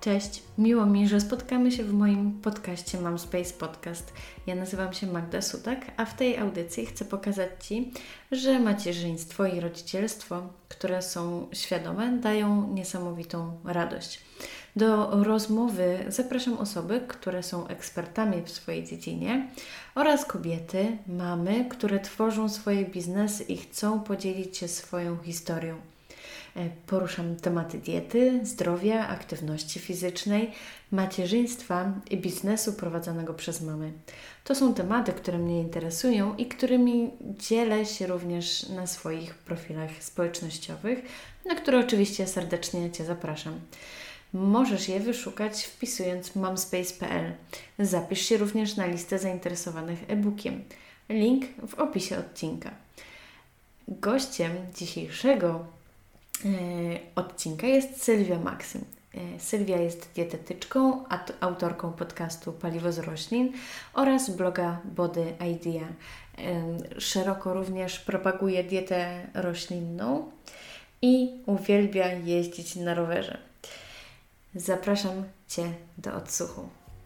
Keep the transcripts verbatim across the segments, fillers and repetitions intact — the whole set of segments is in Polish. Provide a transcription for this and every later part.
Cześć, miło mi, że spotkamy się w moim podcaście Mom Space Podcast. Ja nazywam się Magda Sutak, a w tej audycji chcę pokazać Ci, że macierzyństwo i rodzicielstwo, które są świadome, dają niesamowitą radość. Do rozmowy zapraszam osoby, które są ekspertami w swojej dziedzinie oraz kobiety, mamy, które tworzą swoje biznesy i chcą podzielić się swoją historią. Poruszam tematy diety, zdrowia, aktywności fizycznej, macierzyństwa i biznesu prowadzonego przez mamy. To są tematy, które mnie interesują i którymi dzielę się również na swoich profilach społecznościowych, na które oczywiście serdecznie Cię zapraszam. Możesz je wyszukać wpisując momspace kropka p l. Zapisz się również na listę zainteresowanych e-bookiem. Link w opisie odcinka. Gościem dzisiejszego odcinka jest Sylwia Maksym. Sylwia jest dietetyczką, autorką podcastu Paliwo z roślin oraz bloga Body Idea. Szeroko również propaguje dietę roślinną i uwielbia jeździć na rowerze. Zapraszam Cię do odsłuchu.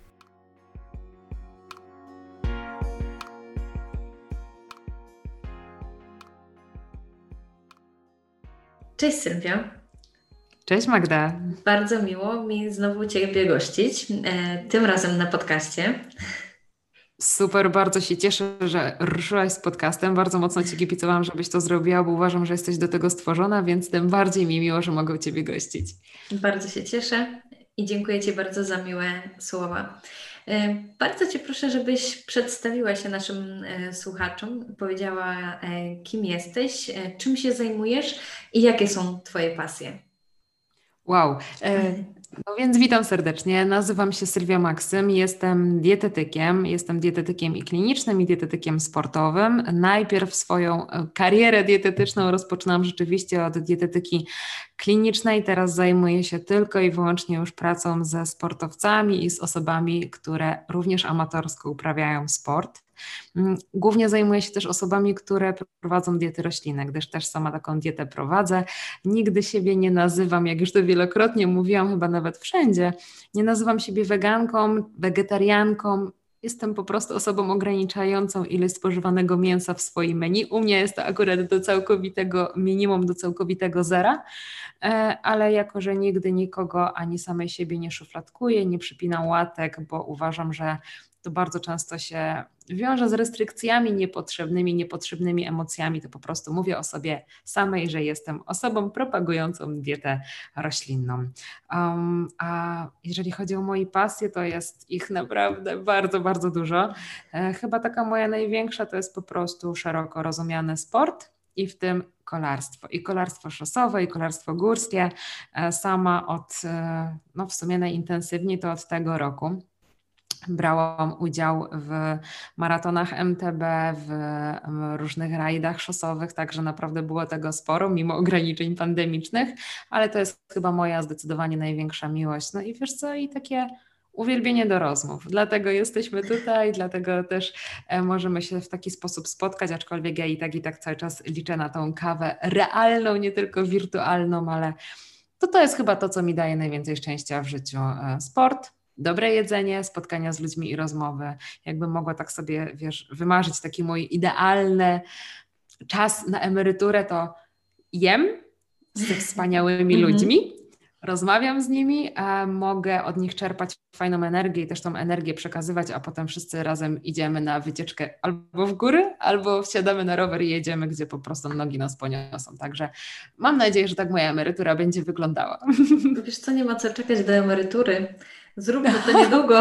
Cześć Sylwia. Cześć Magda. Bardzo miło mi znowu Ciebie gościć, e, tym razem na podcaście. Super, bardzo się cieszę, że ruszyłaś z podcastem. Bardzo mocno Ci kibicowałam, żebyś to zrobiła, bo uważam, że jesteś do tego stworzona, więc tym bardziej mi miło, że mogę Ciebie gościć. Bardzo się cieszę i dziękuję Ci bardzo za miłe słowa. E, bardzo Cię proszę, żebyś przedstawiła się naszym e, słuchaczom, powiedziała, e, kim jesteś, e, czym się zajmujesz i jakie są Twoje pasje. Wow. E, no więc witam serdecznie. Nazywam się Sylwia Maksym. Jestem dietetykiem. Jestem dietetykiem i klinicznym, i dietetykiem sportowym. Najpierw swoją karierę dietetyczną rozpoczynam rzeczywiście od dietetyki klinicznej. Teraz zajmuję się tylko i wyłącznie już pracą ze sportowcami i z osobami, które również amatorsko uprawiają sport. Głównie zajmuję się też osobami, które prowadzą diety roślinne, gdyż też sama taką dietę prowadzę. Nigdy siebie nie nazywam, jak już to wielokrotnie mówiłam, chyba nawet wszędzie, nie nazywam siebie weganką, wegetarianką. Jestem po prostu osobą ograniczającą ilość spożywanego mięsa w swoim menu. U mnie jest to akurat do całkowitego minimum, do całkowitego zera, ale jako, że nigdy nikogo ani samej siebie nie szufladkuję, nie przypinam łatek, bo uważam, że to bardzo często się wiąże z restrykcjami niepotrzebnymi, niepotrzebnymi emocjami, to po prostu mówię o sobie samej, że jestem osobą propagującą dietę roślinną. Um, a jeżeli chodzi o moje pasje, to jest ich naprawdę bardzo, bardzo dużo. E, chyba taka moja największa to jest po prostu szeroko rozumiany sport i w tym kolarstwo. I kolarstwo szosowe, i kolarstwo górskie. E, sama od, e, no w sumie najintensywniej to od tego roku. Brałam udział w maratonach M T B, w różnych rajdach szosowych, także naprawdę było tego sporo, mimo ograniczeń pandemicznych, ale to jest chyba moja zdecydowanie największa miłość. No i wiesz co, i takie uwielbienie do rozmów. Dlatego jesteśmy tutaj, dlatego też możemy się w taki sposób spotkać, aczkolwiek ja i tak i tak cały czas liczę na tą kawę realną, nie tylko wirtualną, ale to, to jest chyba to, co mi daje najwięcej szczęścia w życiu. Sport, dobre jedzenie, spotkania z ludźmi i rozmowy. Jakbym mogła tak sobie, wiesz, wymarzyć taki mój idealny czas na emeryturę, to jem z tymi wspaniałymi ludźmi, rozmawiam z nimi, a mogę od nich czerpać fajną energię i też tą energię przekazywać, a potem wszyscy razem idziemy na wycieczkę albo w góry, albo wsiadamy na rower i jedziemy, gdzie po prostu nogi nas poniosą. Także mam nadzieję, że tak moja emerytura będzie wyglądała. Wiesz co, nie ma co czekać do emerytury. Zróbmy to niedługo.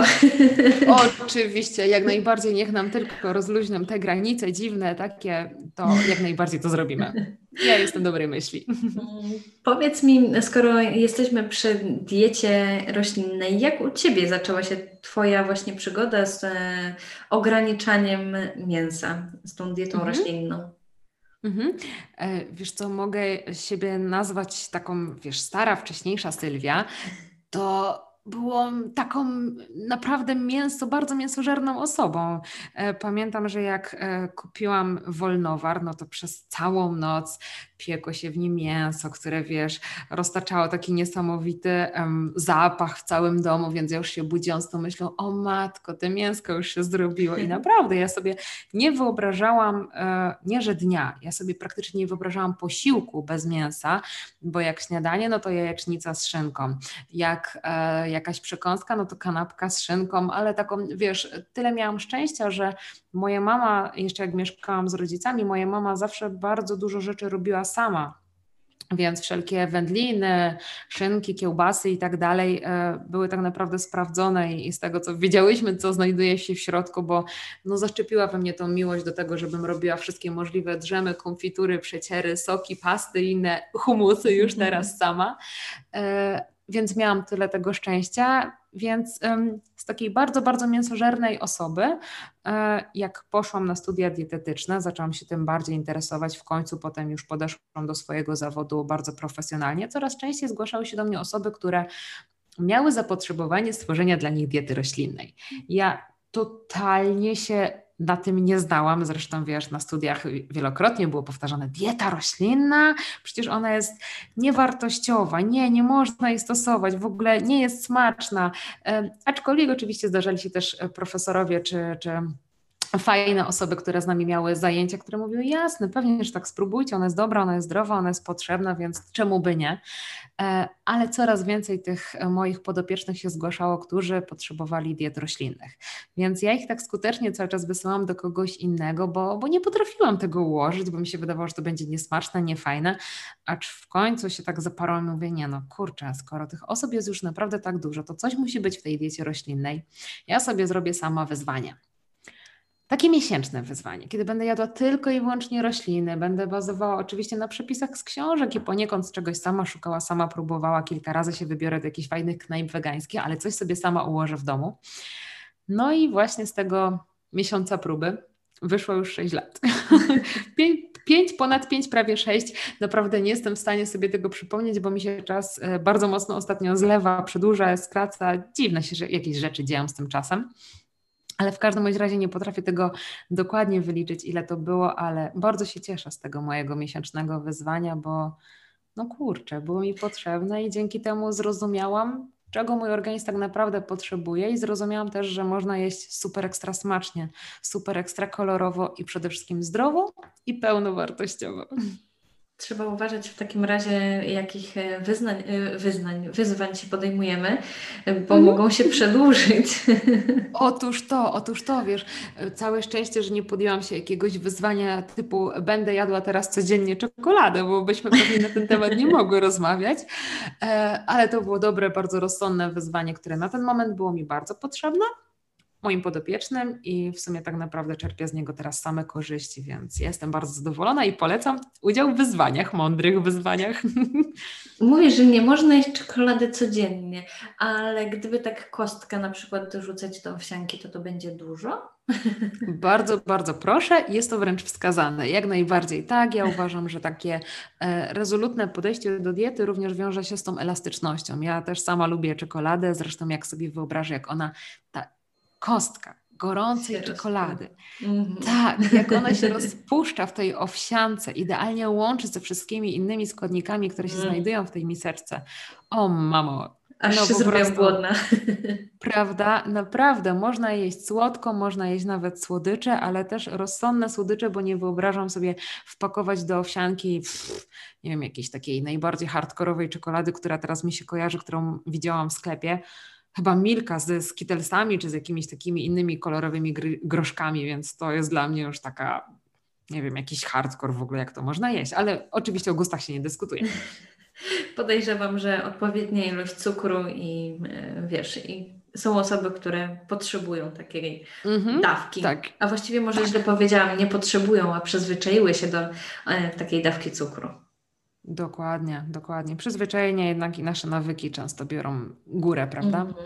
Oczywiście, jak najbardziej, niech nam tylko rozluźnią te granice dziwne, takie, to jak najbardziej to zrobimy. Ja jestem dobrej myśli. Powiedz mi, skoro jesteśmy przy diecie roślinnej, jak u Ciebie zaczęła się Twoja właśnie przygoda z e, ograniczaniem mięsa, z tą dietą mhm. roślinną? Mhm. E, wiesz co, mogę siebie nazwać taką, wiesz, stara, wcześniejsza Sylwia, to byłam taką naprawdę mięso, bardzo mięsożerną osobą. E, Pamiętam, że jak e, kupiłam wolnowar, no to przez całą noc piekło się w nim mięso, które wiesz, roztaczało taki niesamowity em, zapach w całym domu, więc ja już się budziłam z tą myślą, o matko, te mięsko już się zrobiło i naprawdę ja sobie nie wyobrażałam, e, nie że dnia, ja sobie praktycznie nie wyobrażałam posiłku bez mięsa, bo jak śniadanie, no to jajecznica z szynką, jak e, jakaś przekąska, no to kanapka z szynką, ale taką, wiesz, tyle miałam szczęścia, że moja mama, jeszcze jak mieszkałam z rodzicami, moja mama zawsze bardzo dużo rzeczy robiła sama. Więc wszelkie wędliny, szynki, kiełbasy i tak dalej e, były tak naprawdę sprawdzone i, i z tego, co wiedziałyśmy, co znajduje się w środku, bo no, zaszczepiła we mnie tą miłość do tego, żebym robiła wszystkie możliwe drzemy, konfitury, przeciery, soki, pasty i inne humusy już teraz sama. E, Więc miałam tyle tego szczęścia, więc em, z takiej bardzo, bardzo mięsożernej osoby, e, jak poszłam na studia dietetyczne, zaczęłam się tym bardziej interesować, w końcu potem już podeszłam do swojego zawodu bardzo profesjonalnie. Coraz częściej zgłaszały się do mnie osoby, które miały zapotrzebowanie stworzenia dla nich diety roślinnej. Ja totalnie się na tym nie zdałam, zresztą wiesz, na studiach wielokrotnie było powtarzane dieta roślinna, przecież ona jest niewartościowa, nie, nie można jej stosować, w ogóle nie jest smaczna, e, aczkolwiek oczywiście zdarzali się też profesorowie czy, czy fajne osoby, które z nami miały zajęcia, które mówiły, jasne, pewnie, że tak spróbujcie, ona jest dobra, ona jest zdrowa, ona jest potrzebna, więc czemu by nie? E, Ale coraz więcej tych moich podopiecznych się zgłaszało, którzy potrzebowali diet roślinnych. Więc ja ich tak skutecznie cały czas wysyłam do kogoś innego, bo, bo nie potrafiłam tego ułożyć, bo mi się wydawało, że to będzie niesmaczne, niefajne, acz w końcu się tak zaparłam i mówię, nie no, kurczę, skoro tych osób jest już naprawdę tak dużo, to coś musi być w tej diecie roślinnej. Ja sobie zrobię sama wyzwanie. Takie miesięczne wyzwanie, kiedy będę jadła tylko i wyłącznie rośliny, będę bazowała oczywiście na przepisach z książek i poniekąd z czegoś sama szukała, sama próbowała, kilka razy się wybiorę do jakichś fajnych knajp wegańskich, ale coś sobie sama ułożę w domu. No i właśnie z tego miesiąca próby wyszło już sześć lat. Pięć, pięć, ponad pięć, prawie sześć. Naprawdę nie jestem w stanie sobie tego przypomnieć, bo mi się czas e, bardzo mocno ostatnio zlewa, przedłuża, skraca. Dziwne się, że jakieś rzeczy dzieją z tym czasem. Ale w każdym bądź razie nie potrafię tego dokładnie wyliczyć, ile to było, ale bardzo się cieszę z tego mojego miesięcznego wyzwania, bo no kurczę, było mi potrzebne i dzięki temu zrozumiałam, czego mój organizm tak naprawdę potrzebuje i zrozumiałam też, że można jeść super ekstra smacznie, super ekstra kolorowo i przede wszystkim zdrowo i pełnowartościowo. Trzeba uważać w takim razie, jakich e, wyznań, e, wyznań, wyzwań się podejmujemy, e, bo Mhm. mogą się przedłużyć. Otóż to, otóż to, wiesz, całe szczęście, że nie podjęłam się jakiegoś wyzwania typu będę jadła teraz codziennie czekoladę, bo byśmy pewnie na ten temat nie mogły rozmawiać, e, ale to było dobre, bardzo rozsądne wyzwanie, które na ten moment było mi bardzo potrzebne, moim podopiecznym i w sumie tak naprawdę czerpię z niego teraz same korzyści, więc jestem bardzo zadowolona i polecam udział w wyzwaniach, mądrych wyzwaniach. Mówisz, że nie można jeść czekolady codziennie, ale gdyby tak kostkę na przykład dorzucać do owsianki, to to będzie dużo? Bardzo, bardzo proszę. Jest to wręcz wskazane. Jak najbardziej tak. Ja uważam, że takie e, rezolutne podejście do diety również wiąże się z tą elastycznością. Ja też sama lubię czekoladę. Zresztą jak sobie wyobrażę, jak ona, ta kostka gorącej Się czekolady, Mhm. tak, jak ona się rozpuszcza w tej owsiance, idealnie łączy ze wszystkimi innymi składnikami, które się Mm. znajdują w tej miseczce. O mamo, Aż no się po zrobiłam prostu... głodna. Prawda? Naprawdę, można jeść słodko, można jeść nawet słodycze, ale też rozsądne słodycze, bo nie wyobrażam sobie wpakować do owsianki, pff, nie wiem, jakiejś takiej najbardziej hardkorowej czekolady, która teraz mi się kojarzy, którą widziałam w sklepie. Chyba Milka ze Skittlesami, czy z jakimiś takimi innymi kolorowymi gry, groszkami, więc to jest dla mnie już taka, nie wiem, jakiś hardcore w ogóle, jak to można jeść, ale oczywiście o gustach się nie dyskutuje. Podejrzewam, że odpowiednia ilość cukru i e, wiesz, i są osoby, które potrzebują takiej Mhm, dawki. tak. A właściwie może źle powiedziałam, nie potrzebują, a przyzwyczaiły się do e, takiej dawki cukru. Dokładnie, dokładnie. Przyzwyczajenia jednak i nasze nawyki często biorą górę, prawda? Mhm.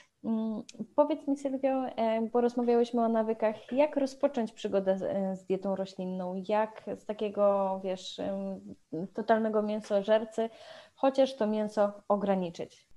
Mm, Powiedz mi, Sylwio, e, bo rozmawiałyśmy o nawykach, jak rozpocząć przygodę z, e, z dietą roślinną? Jak z takiego, wiesz, em, totalnego mięsożercy, chociaż to mięso ograniczyć?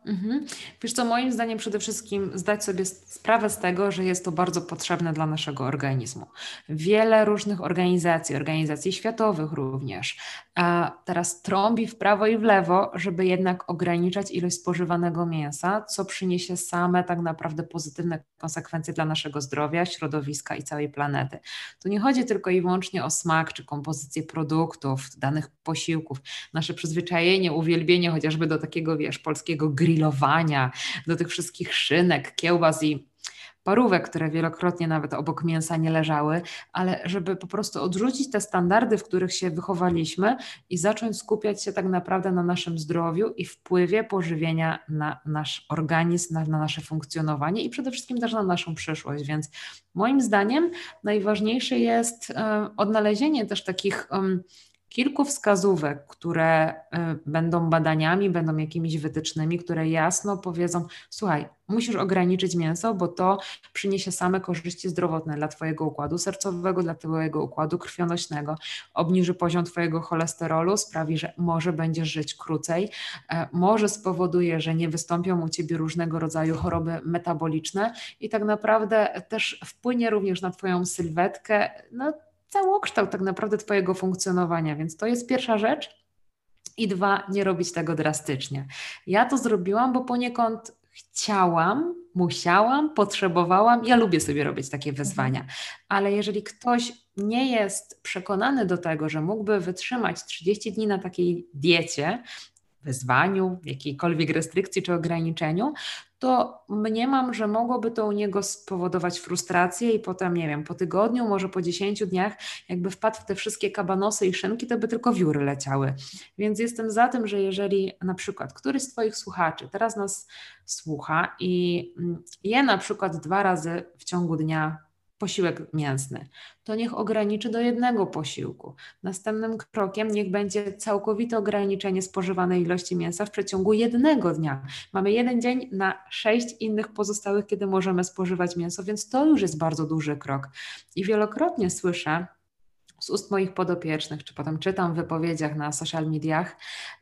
Mhm. Wiesz co, moim zdaniem przede wszystkim zdać sobie sprawę z tego, że jest to bardzo potrzebne dla naszego organizmu. Wiele różnych organizacji, organizacji światowych również, a teraz trąbi w prawo i w lewo, żeby jednak ograniczać ilość spożywanego mięsa, co przyniesie same tak naprawdę pozytywne konsekwencje dla naszego zdrowia, środowiska i całej planety. Tu nie chodzi tylko i wyłącznie o smak czy kompozycję produktów, danych posiłków, nasze przyzwyczajenie, uwielbienie chociażby do takiego, wiesz, polskiego grillowania, do tych wszystkich szynek, kiełbas i parówek, które wielokrotnie nawet obok mięsa nie leżały, ale żeby po prostu odrzucić te standardy, w których się wychowaliśmy i zacząć skupiać się tak naprawdę na naszym zdrowiu i wpływie pożywienia na nasz organizm, na, na nasze funkcjonowanie i przede wszystkim też na naszą przyszłość. Więc moim zdaniem najważniejsze jest e, odnalezienie też takich em, kilku wskazówek, które y, będą badaniami, będą jakimiś wytycznymi, które jasno powiedzą: słuchaj, musisz ograniczyć mięso, bo to przyniesie same korzyści zdrowotne dla Twojego układu sercowego, dla Twojego układu krwionośnego, obniży poziom Twojego cholesterolu, sprawi, że może będziesz żyć krócej, e, może spowoduje, że nie wystąpią u Ciebie różnego rodzaju choroby metaboliczne i tak naprawdę też wpłynie również na Twoją sylwetkę, no, całokształt tak naprawdę Twojego funkcjonowania, więc to jest pierwsza rzecz. I dwa, nie robić tego drastycznie. Ja to zrobiłam, bo poniekąd chciałam, musiałam, potrzebowałam. Ja lubię sobie robić takie wyzwania, ale jeżeli ktoś nie jest przekonany do tego, że mógłby wytrzymać trzydzieści dni na takiej diecie, wyzwaniu, jakiejkolwiek restrykcji czy ograniczeniu, to mniemam, że mogłoby to u niego spowodować frustrację i potem, nie wiem, po tygodniu, może po dziesięciu dniach, jakby wpadł w te wszystkie kabanosy i szynki, to by tylko wióry leciały. Więc jestem za tym, że jeżeli na przykład któryś z Twoich słuchaczy teraz nas słucha i je na przykład dwa razy w ciągu dnia posiłek mięsny, to niech ograniczy do jednego posiłku. Następnym krokiem niech będzie całkowite ograniczenie spożywanej ilości mięsa w przeciągu jednego dnia. Mamy jeden dzień na sześć innych pozostałych, kiedy możemy spożywać mięso, więc to już jest bardzo duży krok. I wielokrotnie słyszę z ust moich podopiecznych, czy potem czytam w wypowiedziach na social mediach,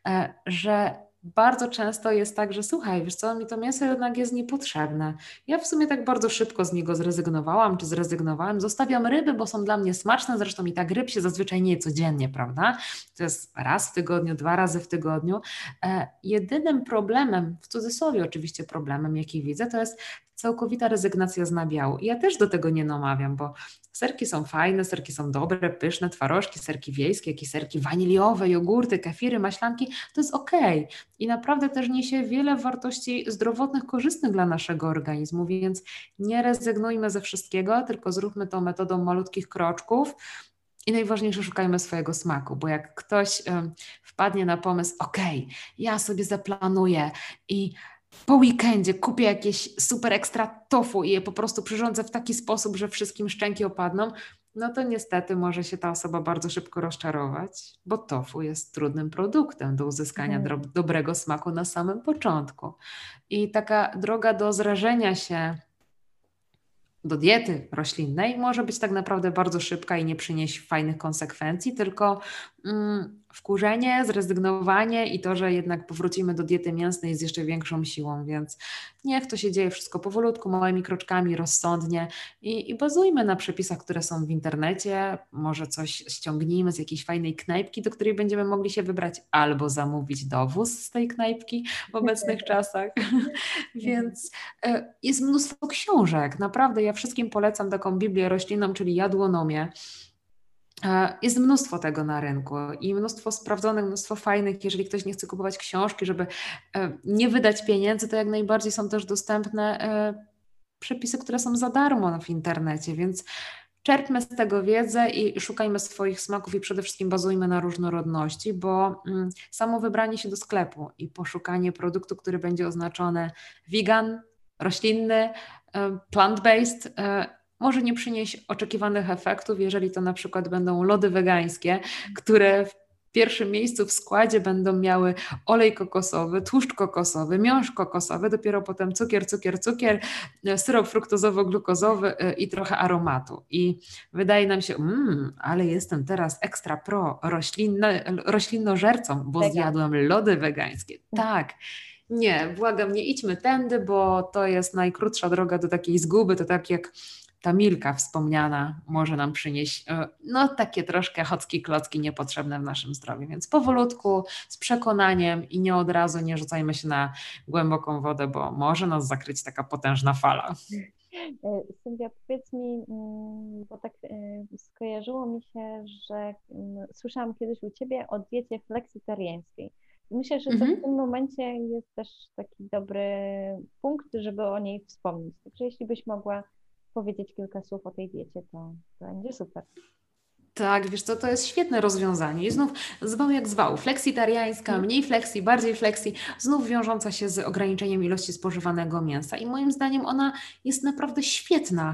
że bardzo często jest tak, że słuchaj, wiesz co, mi to mięso jednak jest niepotrzebne. Ja w sumie tak bardzo szybko z niego zrezygnowałam, czy zrezygnowałem. Zostawiam ryby, bo są dla mnie smaczne, zresztą i tak ryb się zazwyczaj nie je codziennie, prawda? To jest raz w tygodniu, dwa razy w tygodniu. E, jedynym problemem, w cudzysłowie oczywiście problemem, jaki widzę, to jest całkowita rezygnacja z nabiału. I ja też do tego nie namawiam, bo serki są fajne, serki są dobre, pyszne, twarożki, serki wiejskie, jakieś serki waniliowe, jogurty, kefiry, maślanki, to jest okej. I naprawdę też niesie wiele wartości zdrowotnych, korzystnych dla naszego organizmu, więc nie rezygnujmy ze wszystkiego, tylko zróbmy to metodą malutkich kroczków. I najważniejsze, szukajmy swojego smaku, bo jak ktoś um, wpadnie na pomysł, okej, ja sobie zaplanuję i po weekendzie kupię jakieś super ekstra tofu i je po prostu przyrządzę w taki sposób, że wszystkim szczęki opadną, no to niestety może się ta osoba bardzo szybko rozczarować, bo tofu jest trudnym produktem do uzyskania Mhm. dro- dobrego smaku na samym początku. I taka droga do zrażenia się do diety roślinnej może być tak naprawdę bardzo szybka i nie przynieść fajnych konsekwencji, tylko mm, wkurzenie, zrezygnowanie i to, że jednak powrócimy do diety mięsnej z jeszcze większą siłą, więc niech to się dzieje wszystko powolutku, małymi kroczkami, rozsądnie i, i bazujmy na przepisach, które są w internecie, może coś ściągnijmy z jakiejś fajnej knajpki, do której będziemy mogli się wybrać, albo zamówić dowóz z tej knajpki w obecnych czasach, więc e, jest mnóstwo książek, naprawdę ja wszystkim polecam taką Biblię roślinną, czyli jadłonomię. E, Jest mnóstwo tego na rynku i mnóstwo sprawdzonych, mnóstwo fajnych. Jeżeli ktoś nie chce kupować książki, żeby e, nie wydać pieniędzy, to jak najbardziej są też dostępne e, przepisy, które są za darmo w internecie, więc czerpmy z tego wiedzę i szukajmy swoich smaków i przede wszystkim bazujmy na różnorodności, bo mm, samo wybranie się do sklepu i poszukanie produktu, który będzie oznaczony vegan, roślinny, e, plant-based, e, może nie przynieść oczekiwanych efektów, jeżeli to na przykład będą lody wegańskie, które w pierwszym miejscu w składzie będą miały olej kokosowy, tłuszcz kokosowy, miąższ kokosowy, dopiero potem cukier, cukier, cukier, e, syrop fruktozowo-glukozowy e, i trochę aromatu. I wydaje nam się, mmm, ale jestem teraz ekstra pro roślinne, roślinnożercą, bo Wegan. zjadłem lody wegańskie. Tak. Nie, błagam, nie idźmy tędy, bo to jest najkrótsza droga do takiej zguby, to tak jak ta Milka wspomniana może nam przynieść e, no takie troszkę chocki klocki niepotrzebne w naszym zdrowiu, więc powolutku, z przekonaniem i nie od razu nie rzucajmy się na głęboką wodę, bo może nas zakryć taka potężna fala. E, Sylwia, powiedz mi, mm, bo tak e, skojarzyło mi się, że mm, słyszałam kiedyś u Ciebie o diecie fleksitariańskiej. Myślę, że to w Mhm. tym momencie jest też taki dobry punkt, żeby o niej wspomnieć. Także jeśli byś mogła powiedzieć kilka słów o tej diecie, to, to będzie super. Tak, wiesz co, to jest świetne rozwiązanie. I znów zwał jak zwał. Fleksitariańska, Mhm. mniej flexi, bardziej flexi, znów wiążąca się z ograniczeniem ilości spożywanego mięsa. I moim zdaniem ona jest naprawdę świetna,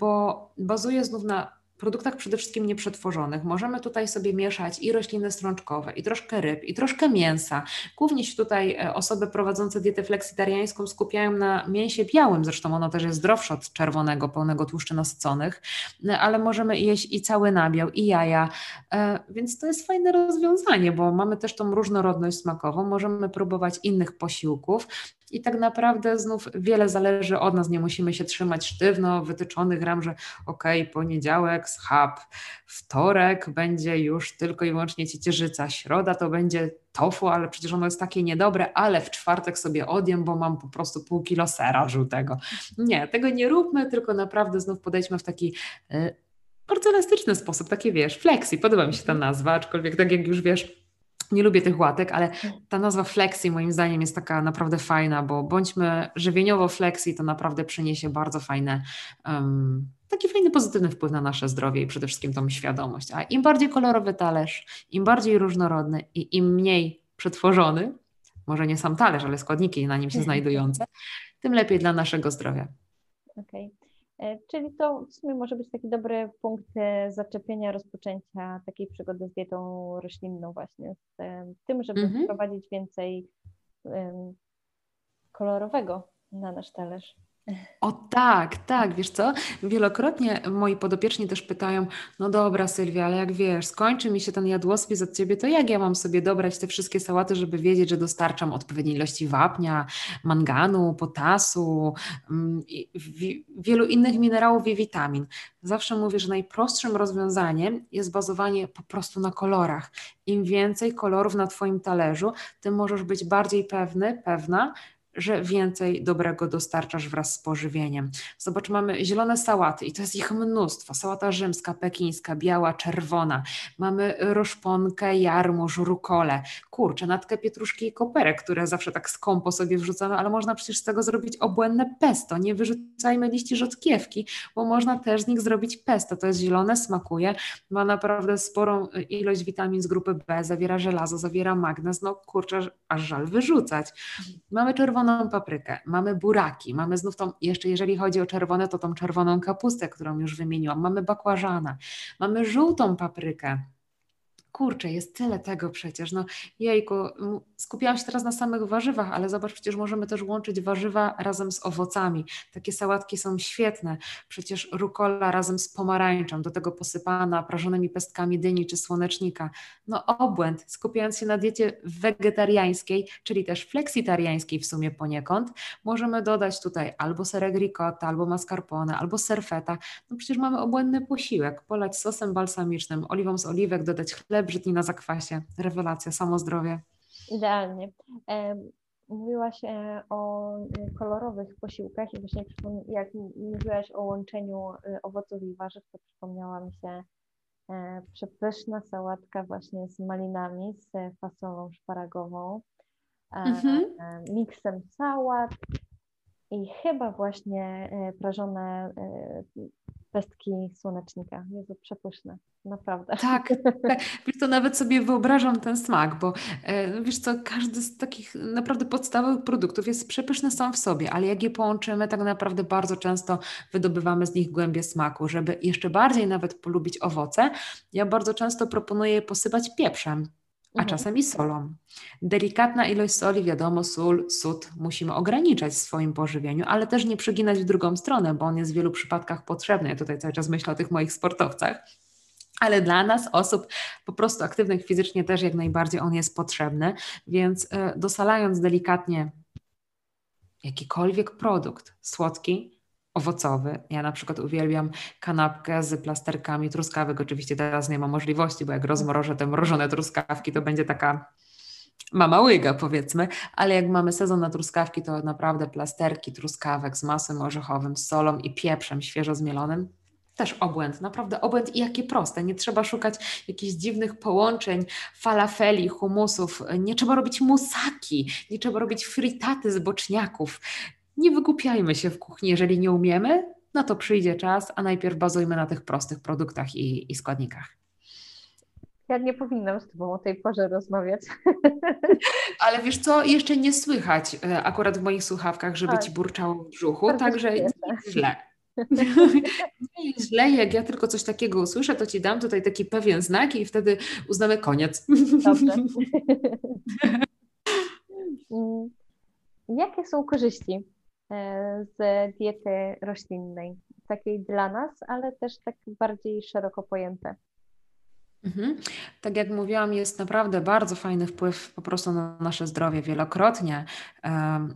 bo bazuje znów na produktach przede wszystkim nieprzetworzonych. Możemy tutaj sobie mieszać i rośliny strączkowe, i troszkę ryb, i troszkę mięsa. Głównie się tutaj e, osoby prowadzące dietę fleksitariańską skupiają na mięsie białym, zresztą ono też jest zdrowsze od czerwonego, pełnego tłuszczy nasyconych, no, ale możemy jeść i cały nabiał, i jaja, e, więc to jest fajne rozwiązanie, bo mamy też tą różnorodność smakową, możemy próbować innych posiłków i tak naprawdę znów wiele zależy od nas, nie musimy się trzymać sztywno wytyczonych ram, że okej, okay, poniedziałek schab, wtorek będzie już tylko i wyłącznie ciecierzyca, środa to będzie tofu, ale przecież ono jest takie niedobre, ale w czwartek sobie odjem, bo mam po prostu pół kilo sera żółtego. Nie, tego nie róbmy, tylko naprawdę znów podejdźmy w taki y, bardzo elastyczny sposób, takie wiesz, flexi, podoba mi się ta nazwa, aczkolwiek tak jak już wiesz, nie lubię tych łatek, ale ta nazwa flexi moim zdaniem jest taka naprawdę fajna, bo bądźmy żywieniowo flexi, to naprawdę przyniesie bardzo fajne, um, taki fajny, pozytywny wpływ na nasze zdrowie i przede wszystkim tą świadomość. A im bardziej kolorowy talerz, im bardziej różnorodny i im mniej przetworzony, może nie sam talerz, ale składniki na nim się znajdujące, tym lepiej dla naszego zdrowia. Okej. E, Czyli to w sumie może być taki dobry punkt e, zaczepienia, rozpoczęcia takiej przygody z dietą roślinną właśnie, z e, tym, żeby Mhm. wprowadzić więcej em, kolorowego na nasz talerz. O tak, tak, wiesz co? Wielokrotnie moi podopieczni też pytają, no dobra Sylwia, ale jak wiesz, skończy mi się ten jadłospis od Ciebie, to jak ja mam sobie dobrać te wszystkie sałaty, żeby wiedzieć, że dostarczam odpowiedniej ilości wapnia, manganu, potasu mm, i wi- wielu innych minerałów i witamin. Zawsze mówię, że najprostszym rozwiązaniem jest bazowanie po prostu na kolorach. Im więcej kolorów na Twoim talerzu, tym możesz być bardziej pewny, pewna, że więcej dobrego dostarczasz wraz z pożywieniem. Zobacz, mamy zielone sałaty i to jest ich mnóstwo. Sałata rzymska, pekińska, biała, czerwona. Mamy roszponkę, jarmuż, rukolę. Kurczę, natkę pietruszki i koperek, które zawsze tak skąpo sobie wrzucamy, ale można przecież z tego zrobić obłędne pesto. Nie wyrzucajmy liści rzodkiewki, bo można też z nich zrobić pesto. To jest zielone, smakuje, ma naprawdę sporą ilość witamin z grupy B, zawiera żelazo, zawiera magnez. No kurczę, aż żal wyrzucać. Mamy czerwoną paprykę, mamy buraki, mamy znów tą, jeszcze jeżeli chodzi o czerwone, to tą czerwoną kapustę, którą już wymieniłam, mamy bakłażana, mamy żółtą paprykę. Kurczę, jest tyle tego przecież. No jejku, m, skupiałam się teraz na samych warzywach, ale zobacz, przecież możemy też łączyć warzywa razem z owocami. Takie sałatki są świetne. Przecież rukola razem z pomarańczą, do tego posypana prażonymi pestkami dyni czy słonecznika. No obłęd, skupiając się na diecie wegetariańskiej, czyli też fleksitariańskiej w sumie poniekąd, możemy dodać tutaj albo serek ricotta, albo mascarpone, albo serfeta. No przecież mamy obłędny posiłek. Polać sosem balsamicznym, oliwą z oliwek, dodać chleb brzydki na zakwasie. Rewelacja, samo zdrowie. Idealnie. E, Mówiłaś e, o e, kolorowych posiłkach i właśnie przypom- jak m- mówiłaś o łączeniu e, owoców i warzyw, to przypomniała mi się e, przepyszna sałatka właśnie z malinami, z e, fasolą szparagową, e, Mhm. e, miksem sałat i chyba właśnie e, prażone e, pestki słonecznika. Jezu, przepyszne, naprawdę. Tak, tak. Wiesz co, nawet sobie wyobrażam ten smak, bo e, wiesz co, każdy z takich naprawdę podstawowych produktów jest przepyszny sam w sobie, ale jak je połączymy, tak naprawdę bardzo często wydobywamy z nich głębie smaku. Żeby jeszcze bardziej nawet polubić owoce, ja bardzo często proponuję je posypać pieprzem, a Mhm. czasem i solą. Delikatna ilość soli, wiadomo, sól, sód musimy ograniczać w swoim pożywieniu, ale też nie przeginać w drugą stronę, bo on jest w wielu przypadkach potrzebny. Ja tutaj cały czas myślę o tych moich sportowcach. Ale dla nas, osób po prostu aktywnych fizycznie też jak najbardziej on jest potrzebny, więc e, dosalając delikatnie jakikolwiek produkt słodki, owocowy. Ja na przykład uwielbiam kanapkę z plasterkami truskawek. Oczywiście teraz nie ma możliwości, bo jak rozmrożę te mrożone truskawki, to będzie taka mama łyga, powiedzmy, ale jak mamy sezon na truskawki, to naprawdę plasterki truskawek z masłem orzechowym, z solą i pieprzem świeżo zmielonym. Też obłęd, naprawdę obłęd i jakie proste. Nie trzeba szukać jakichś dziwnych połączeń, falafeli, humusów, nie trzeba robić musaki, nie trzeba robić fritaty z boczniaków. Nie wygłupiajmy się w kuchni, jeżeli nie umiemy, no to przyjdzie czas, a najpierw bazujmy na tych prostych produktach i, i składnikach. Ja nie powinnam z Tobą o tej porze rozmawiać. Ale wiesz co, jeszcze nie słychać e, akurat w moich słuchawkach, żeby Tak. Ci burczało w brzuchu, Bardzo także się nie cieszę. jest źle. Nie jest źle, jak ja tylko coś takiego usłyszę, to Ci dam tutaj taki pewien znak i wtedy uznamy koniec. Dobrze. Mm, Jakie są korzyści e, z diety roślinnej? Takiej dla nas, ale też tak bardziej szeroko pojęte. Mhm. Tak jak mówiłam, jest naprawdę bardzo fajny wpływ po prostu na nasze zdrowie wielokrotnie. em,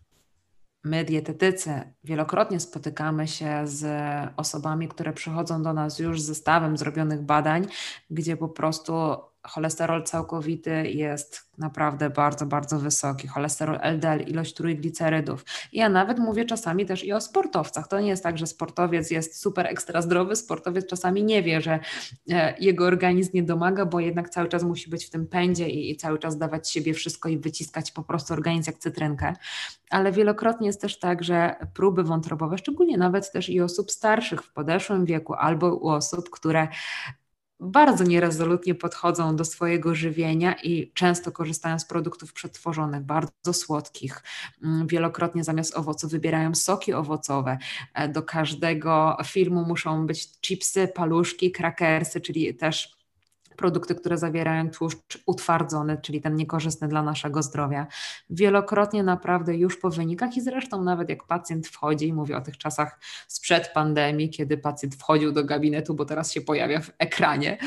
My, dietetycy, wielokrotnie spotykamy się z osobami, które przychodzą do nas już z zestawem zrobionych badań, gdzie po prostu cholesterol całkowity jest naprawdę bardzo, bardzo wysoki. Cholesterol L D L, ilość trójglicerydów. I ja nawet mówię czasami też i o sportowcach. To nie jest tak, że sportowiec jest super ekstra zdrowy, sportowiec czasami nie wie, że e, jego organizm nie domaga, bo jednak cały czas musi być w tym pędzie i, i cały czas dawać z siebie wszystko i wyciskać po prostu organizm jak cytrynkę. Ale wielokrotnie jest też tak, że próby wątrobowe, szczególnie nawet też i osób starszych w podeszłym wieku, albo u osób, które bardzo nierezolutnie podchodzą do swojego żywienia i często korzystają z produktów przetworzonych, bardzo słodkich. Mm, Wielokrotnie zamiast owoców wybierają soki owocowe. E, Do każdego filmu muszą być chipsy, paluszki, krakersy, czyli też produkty, które zawierają tłuszcz utwardzony, czyli ten niekorzystny dla naszego zdrowia. Wielokrotnie naprawdę już po wynikach i zresztą nawet jak pacjent wchodzi, i mówię o tych czasach sprzed pandemii, kiedy pacjent wchodził do gabinetu, bo teraz się pojawia w ekranie,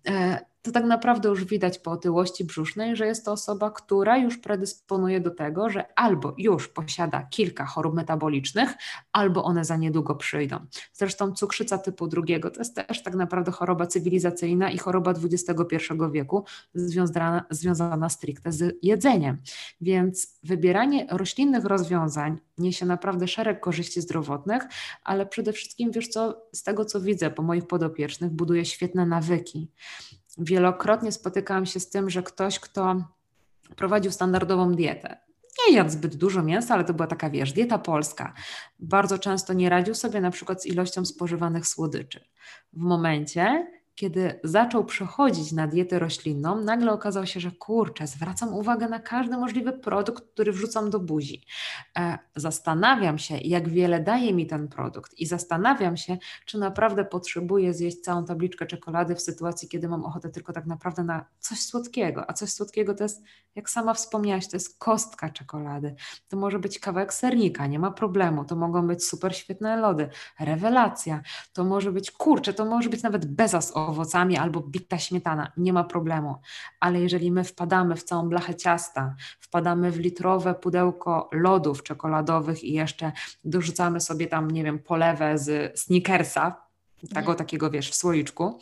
e, to tak naprawdę już widać po otyłości brzusznej, że jest to osoba, która już predysponuje do tego, że albo już posiada kilka chorób metabolicznych, albo one za niedługo przyjdą. Zresztą cukrzyca typu drugiego to jest też tak naprawdę choroba cywilizacyjna i choroba dwudziestego pierwszego wieku związana, związana stricte z jedzeniem. Więc wybieranie roślinnych rozwiązań niesie naprawdę szereg korzyści zdrowotnych, ale przede wszystkim, wiesz co, z tego co widzę po moich podopiecznych, buduje świetne nawyki. Wielokrotnie spotykałam się z tym, że ktoś, kto prowadził standardową dietę, nie jadł zbyt dużo mięsa, ale to była taka, wiesz, dieta polska. Bardzo często nie radził sobie na przykład z ilością spożywanych słodyczy. W momencie, kiedy zaczął przechodzić na dietę roślinną, nagle okazało się, że kurczę, zwracam uwagę na każdy możliwy produkt, który wrzucam do buzi. E, zastanawiam się, jak wiele daje mi ten produkt i zastanawiam się, czy naprawdę potrzebuję zjeść całą tabliczkę czekolady w sytuacji, kiedy mam ochotę tylko tak naprawdę na coś słodkiego, a coś słodkiego to jest, jak sama wspomniałaś, to jest kostka czekolady, to może być kawałek sernika, nie ma problemu, to mogą być super świetne lody, rewelacja, to może być, kurczę, to może być nawet beza z owocami albo bita śmietana, nie ma problemu, ale jeżeli my wpadamy w całą blachę ciasta, wpadamy w litrowe pudełko lodów czekoladowych i jeszcze dorzucamy sobie tam, nie wiem, polewę z Snickersa, tego takiego, wiesz, w słoiczku,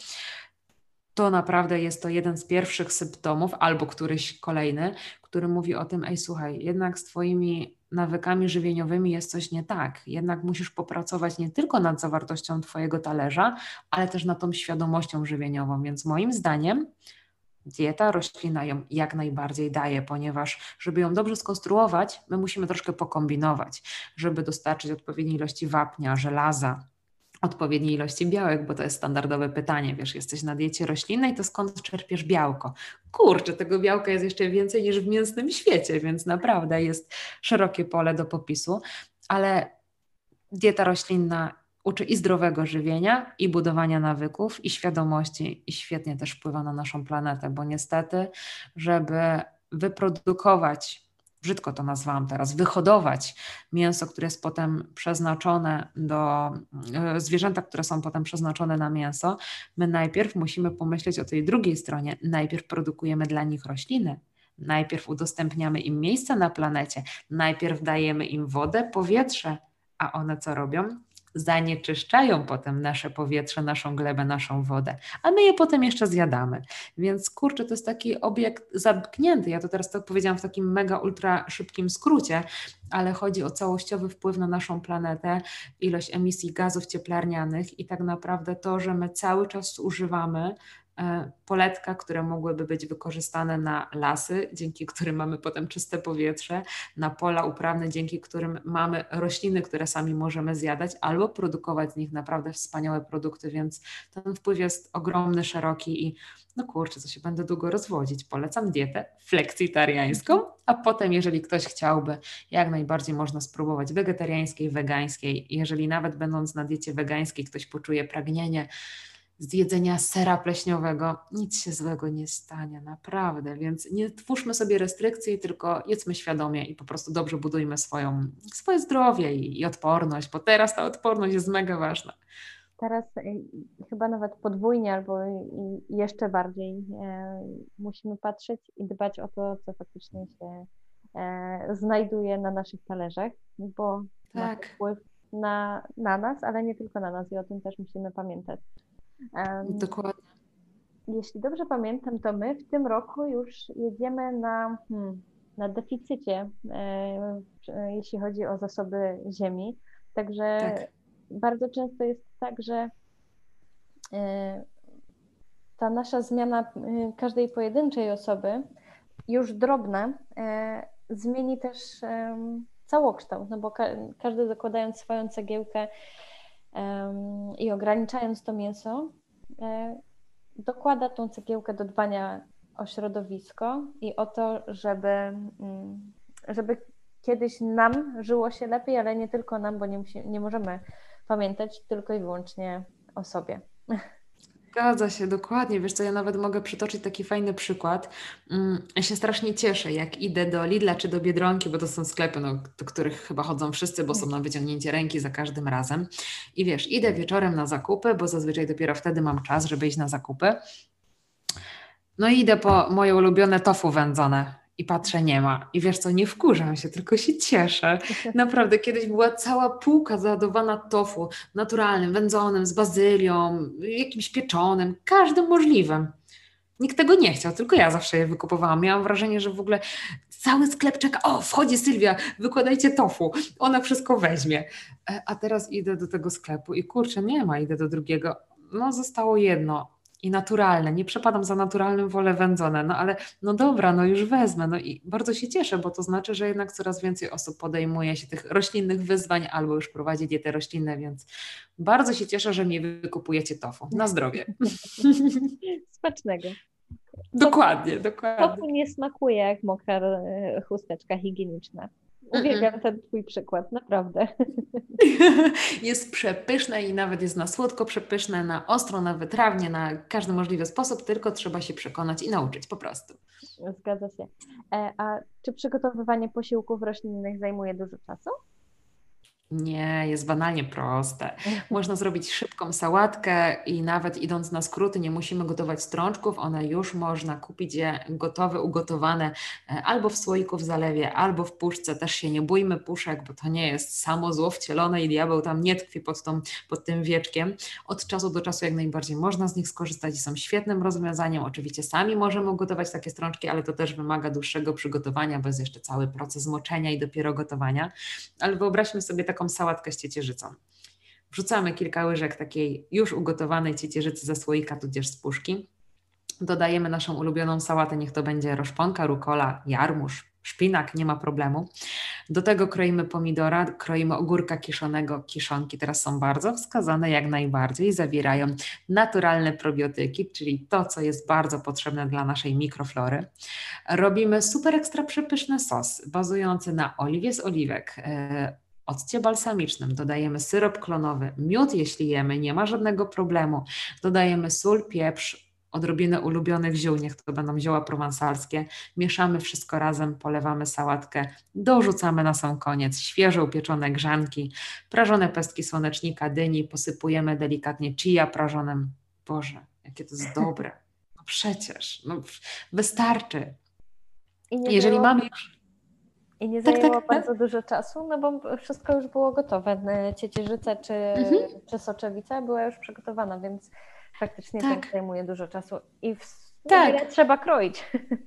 to naprawdę jest to jeden z pierwszych symptomów, albo któryś kolejny, który mówi o tym, ej słuchaj, jednak z Twoimi nawykami żywieniowymi jest coś nie tak. Jednak musisz popracować nie tylko nad zawartością Twojego talerza, ale też nad tą świadomością żywieniową. Więc moim zdaniem dieta roślinna ją jak najbardziej daje, ponieważ żeby ją dobrze skonstruować, my musimy troszkę pokombinować, żeby dostarczyć odpowiedniej ilości wapnia, żelaza, odpowiedniej ilości białek, bo to jest standardowe pytanie, wiesz, jesteś na diecie roślinnej, to skąd czerpiesz białko? Kurczę, tego białka jest jeszcze więcej niż w mięsnym świecie, więc naprawdę jest szerokie pole do popisu, ale dieta roślinna uczy i zdrowego żywienia, i budowania nawyków, i świadomości, i świetnie też wpływa na naszą planetę, bo niestety, żeby wyprodukować, brzydko to nazwałam teraz, wyhodować mięso, które jest potem przeznaczone do, e, zwierzęta, które są potem przeznaczone na mięso, my najpierw musimy pomyśleć o tej drugiej stronie. Najpierw produkujemy dla nich rośliny, Najpierw udostępniamy im miejsce na planecie, najpierw dajemy im wodę, powietrze, a one co robią? Zanieczyszczają potem nasze powietrze, naszą glebę, naszą wodę, a my je potem jeszcze zjadamy. Więc kurczę, to jest taki obiekt zamknięty. Ja to teraz tak powiedziałam w takim mega ultra szybkim skrócie, ale chodzi o całościowy wpływ na naszą planetę, ilość emisji gazów cieplarnianych i tak naprawdę to, że my cały czas używamy poletka, które mogłyby być wykorzystane na lasy, dzięki którym mamy potem czyste powietrze, na pola uprawne, dzięki którym mamy rośliny, które sami możemy zjadać albo produkować z nich naprawdę wspaniałe produkty, więc ten wpływ jest ogromny, szeroki i no kurczę, co się będę długo rozwodzić. Polecam dietę fleksitariańską, a potem jeżeli ktoś chciałby, jak najbardziej można spróbować wegetariańskiej, wegańskiej. Jeżeli nawet będąc na diecie wegańskiej ktoś poczuje pragnienie z jedzenia sera pleśniowego, nic się złego nie stanie, naprawdę, więc nie twórzmy sobie restrykcji, tylko jedzmy świadomie i po prostu dobrze budujmy swoją, swoje zdrowie i, i odporność, bo teraz ta odporność jest mega ważna. Teraz y, chyba nawet podwójnie albo y, jeszcze bardziej y, musimy patrzeć i dbać o to, co faktycznie się y, znajduje na naszych talerzach, bo tak. ma wpływ na, na nas, ale nie tylko na nas i o tym też musimy pamiętać. Um, Dokładnie. Jeśli dobrze pamiętam, to my w tym roku już jedziemy na, hmm, na deficycie, e, jeśli chodzi o zasoby ziemi. Także tak. bardzo często jest tak, że e, ta nasza zmiana e, każdej pojedynczej osoby, już drobna, e, zmieni też e, całokształt, no bo ka każdy zakładając swoją cegiełkę i ograniczając to mięso, dokłada tą cegiełkę do dbania o środowisko i o to, żeby, żeby kiedyś nam żyło się lepiej, ale nie tylko nam, bo nie, musi, nie możemy pamiętać tylko i wyłącznie o sobie. Zgadza się, dokładnie. Wiesz co, ja nawet mogę przytoczyć taki fajny przykład. Ja się strasznie cieszę, jak idę do Lidla czy do Biedronki, bo to są sklepy, no, do których chyba chodzą wszyscy, bo są na wyciągnięcie ręki za każdym razem. I wiesz, idę wieczorem na zakupy, bo zazwyczaj dopiero wtedy mam czas, żeby iść na zakupy. No i idę po moje ulubione tofu wędzone. I patrzę, nie ma. I wiesz co, nie wkurzam się, tylko się cieszę. Naprawdę, kiedyś była cała półka załadowana tofu, naturalnym, wędzonym, z bazylią, jakimś pieczonym, każdym możliwym. Nikt tego nie chciał, tylko ja zawsze je wykupowałam. Miałam wrażenie, że w ogóle cały sklep czeka, o, wchodzi Sylwia, wykładajcie tofu, ona wszystko weźmie. A teraz idę do tego sklepu i kurczę, nie ma, idę do drugiego. No zostało jedno. I naturalne, nie przepadam za naturalnym, wolę wędzone, no ale no dobra, no już wezmę, no i bardzo się cieszę, bo to znaczy, że jednak coraz więcej osób podejmuje się tych roślinnych wyzwań albo już prowadzi diety roślinne, więc bardzo się cieszę, że mi wykupujecie tofu. Na zdrowie. Smacznego. Dokładnie, tofu, dokładnie. Tofu nie smakuje jak mokra chusteczka higieniczna. Uwielbiam Mm-mm. ten twój przykład, naprawdę. Jest przepyszne i nawet jest na słodko przepyszne, na ostro, na wytrawnie, na każdy możliwy sposób, tylko trzeba się przekonać i nauczyć po prostu. Zgadza się. E, a czy przygotowywanie posiłków roślinnych zajmuje dużo czasu? Nie, jest banalnie proste. Można zrobić szybką sałatkę i nawet idąc na skróty nie musimy gotować strączków, one już można kupić je gotowe, ugotowane albo w słoiku w zalewie, albo w puszce. Też się nie bójmy puszek, bo to nie jest samo zło wcielone i diabeł tam nie tkwi pod, tą, pod tym wieczkiem. Od czasu do czasu jak najbardziej można z nich skorzystać i są świetnym rozwiązaniem. Oczywiście sami możemy ugotować takie strączki, ale to też wymaga dłuższego przygotowania, bo jest jeszcze cały proces moczenia i dopiero gotowania. Ale wyobraźmy sobie tak taką sałatkę z ciecierzycą. Wrzucamy kilka łyżek takiej już ugotowanej ciecierzycy ze słoika, tudzież z puszki. Dodajemy naszą ulubioną sałatę, niech to będzie roszponka, rukola, jarmuż, szpinak, nie ma problemu. Do tego kroimy pomidora, kroimy ogórka kiszonego, kiszonki teraz są bardzo wskazane, jak najbardziej, zawierają naturalne probiotyki, czyli to, co jest bardzo potrzebne dla naszej mikroflory. Robimy super ekstra przepyszny sos, bazujący na oliwie z oliwek, occie balsamicznym, dodajemy syrop klonowy, miód jeśli jemy, nie ma żadnego problemu, dodajemy sól, pieprz, odrobinę ulubionych ziół, niech to będą zioła prowansalskie, mieszamy wszystko razem, polewamy sałatkę, dorzucamy na sam koniec świeżo upieczone grzanki, prażone pestki słonecznika, dyni, posypujemy delikatnie chia prażonym. Boże, jakie to jest dobre, no przecież, no wystarczy. I nie Jeżeli zajęło, mamy już... i nie Tak, zajęło tak, bardzo tak. dużo czasu, no bo wszystko już było gotowe. Ciecierzyca czy, Mhm, czy soczewica była już przygotowana, więc faktycznie to nie tak, zajmuje dużo czasu. I w niewiele tak. trzeba kroić.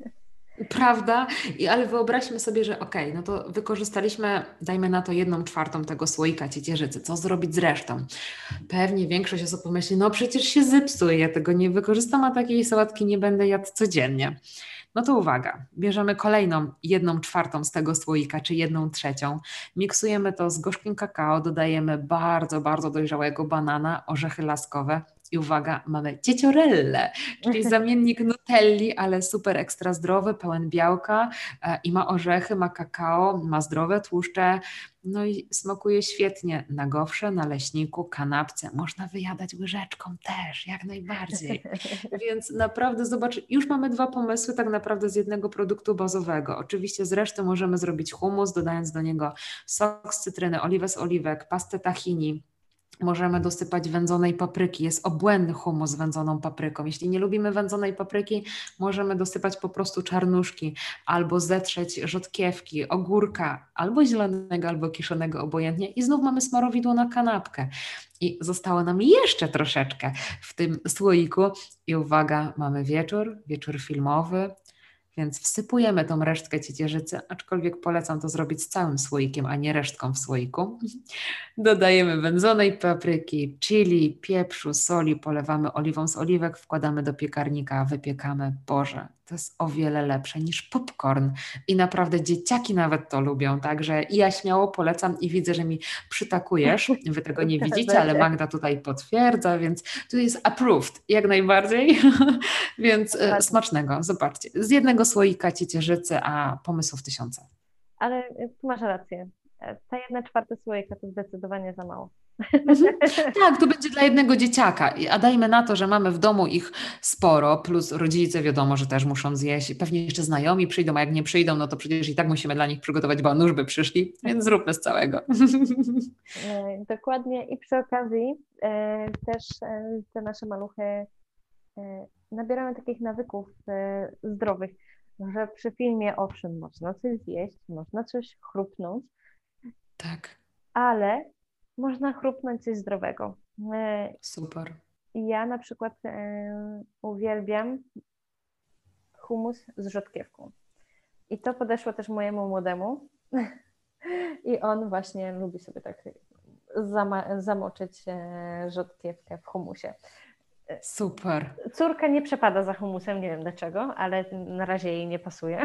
Prawda? I, ale wyobraźmy sobie, że okej, okay, no to wykorzystaliśmy, dajmy na to jedną czwartą tego słoika ciecierzycy. Co zrobić z resztą? Pewnie większość osób pomyśli, no przecież się zepsuje, ja tego nie wykorzystam, a takiej sałatki nie będę jadł codziennie. No to uwaga, bierzemy kolejną jedną czwartą z tego słoika, czy jedną trzecią, miksujemy to z gorzkim kakao, dodajemy bardzo, bardzo dojrzałego banana, orzechy laskowe i uwaga, mamy cieciorelle, czyli zamiennik nutelli, ale super ekstra zdrowy, pełen białka e, i ma orzechy, ma kakao, ma zdrowe tłuszcze, no i smakuje świetnie na gofrze, na leśniku, kanapce. Można wyjadać łyżeczką też, jak najbardziej. Więc naprawdę zobacz, już mamy dwa pomysły tak naprawdę z jednego produktu bazowego. Oczywiście z reszty możemy zrobić hummus, dodając do niego sok z cytryny, oliwę z oliwek, pastę tahini. Możemy dosypać wędzonej papryki. Jest obłędny hummus z wędzoną papryką. Jeśli nie lubimy wędzonej papryki, możemy dosypać po prostu czarnuszki albo zetrzeć rzodkiewki, ogórka, albo zielonego, albo kiszonego, obojętnie. I znów mamy smarowidło na kanapkę. I zostało nam jeszcze troszeczkę w tym słoiku. I uwaga, mamy wieczór, wieczór filmowy. Więc wsypujemy tą resztkę ciecierzycy, aczkolwiek polecam to zrobić z całym słoikiem, a nie resztką w słoiku. Dodajemy wędzonej papryki, chili, pieprzu, soli, polewamy oliwą z oliwek, wkładamy do piekarnika, wypiekamy. Boże, to jest o wiele lepsze niż popcorn. I naprawdę dzieciaki nawet to lubią, także ja śmiało polecam i widzę, że mi przytakujesz. Wy tego nie widzicie, Zgadza ale się. Magda tutaj potwierdza, więc tu jest approved, jak najbardziej. Więc e, Dokładnie. smacznego, zobaczcie. Z jednego słoika ciecierzycy, a pomysłów tysiące. Ale y, tu masz rację. E, Ta jedna czwarta słoika to zdecydowanie za mało. Mhm. Tak, to będzie dla jednego dzieciaka. I- A dajmy na to, że mamy w domu ich sporo, plus rodzice wiadomo, że też muszą zjeść. I pewnie jeszcze znajomi przyjdą, a jak nie przyjdą, no to przecież i tak musimy dla nich przygotować, bo nóż by przyszli, więc zróbmy z całego. E, Dokładnie i przy okazji e, też e, te nasze maluchy e, nabierają takich nawyków e, zdrowych, że przy filmie owszem można coś zjeść, można coś chrupnąć, Tak, ale można chrupnąć coś zdrowego. E, super. Ja na przykład e, uwielbiam hummus z rzodkiewką. I to podeszło też mojemu młodemu. I on właśnie lubi sobie tak zama- zamoczyć e, rzodkiewkę w humusie. Super. Córka nie przepada za humusem, nie wiem dlaczego, ale na razie jej nie pasuje.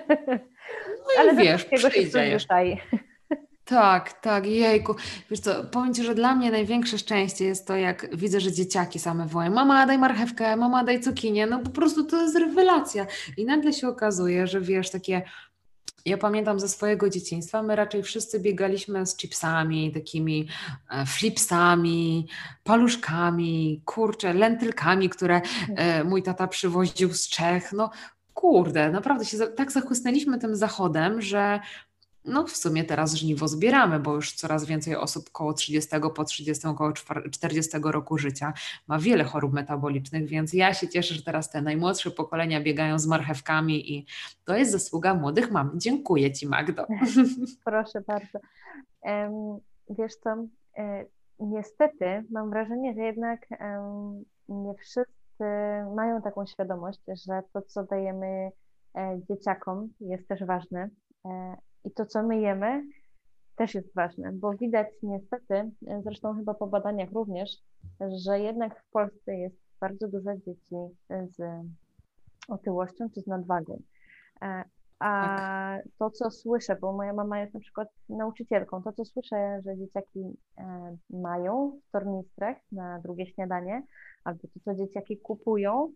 No Ale i do wiesz, wszystkiego się przyjdzie jeszcze. przyzwyczai. Tak, tak, jejku. Wiesz co, powiem Ci, że dla mnie największe szczęście jest to, jak widzę, że dzieciaki same wołają: mama, daj marchewkę, mama, daj cukinię. No po prostu to jest rewelacja. I nagle się okazuje, że wiesz, takie... Ja pamiętam ze swojego dzieciństwa, my raczej wszyscy biegaliśmy z chipsami, takimi e, flipsami, paluszkami, kurczę, lentylkami, które e, mój tata przywoził z Czech. No kurde, naprawdę się za, tak zachłysnęliśmy tym zachodem, że no w sumie teraz żniwo zbieramy, bo już coraz więcej osób koło trzydziestego, po trzydziestym, około czterdziestego roku życia ma wiele chorób metabolicznych, więc ja się cieszę, że teraz te najmłodsze pokolenia biegają z marchewkami i to jest zasługa młodych mam. Dziękuję Ci, Magdo. Proszę bardzo. Em, Wiesz co, e, niestety mam wrażenie, że jednak em, nie wszyscy mają taką świadomość, że to, co dajemy e, dzieciakom, jest też ważne. E, I to, co my jemy, też jest ważne, bo widać niestety, e, zresztą chyba po badaniach również, że jednak w Polsce jest bardzo dużo dzieci z otyłością czy z nadwagą. E, Tak. A to, co słyszę, bo moja mama jest na przykład nauczycielką, to, co słyszę, że dzieciaki e, mają w tornistrach na drugie śniadanie, albo to, co dzieciaki kupują,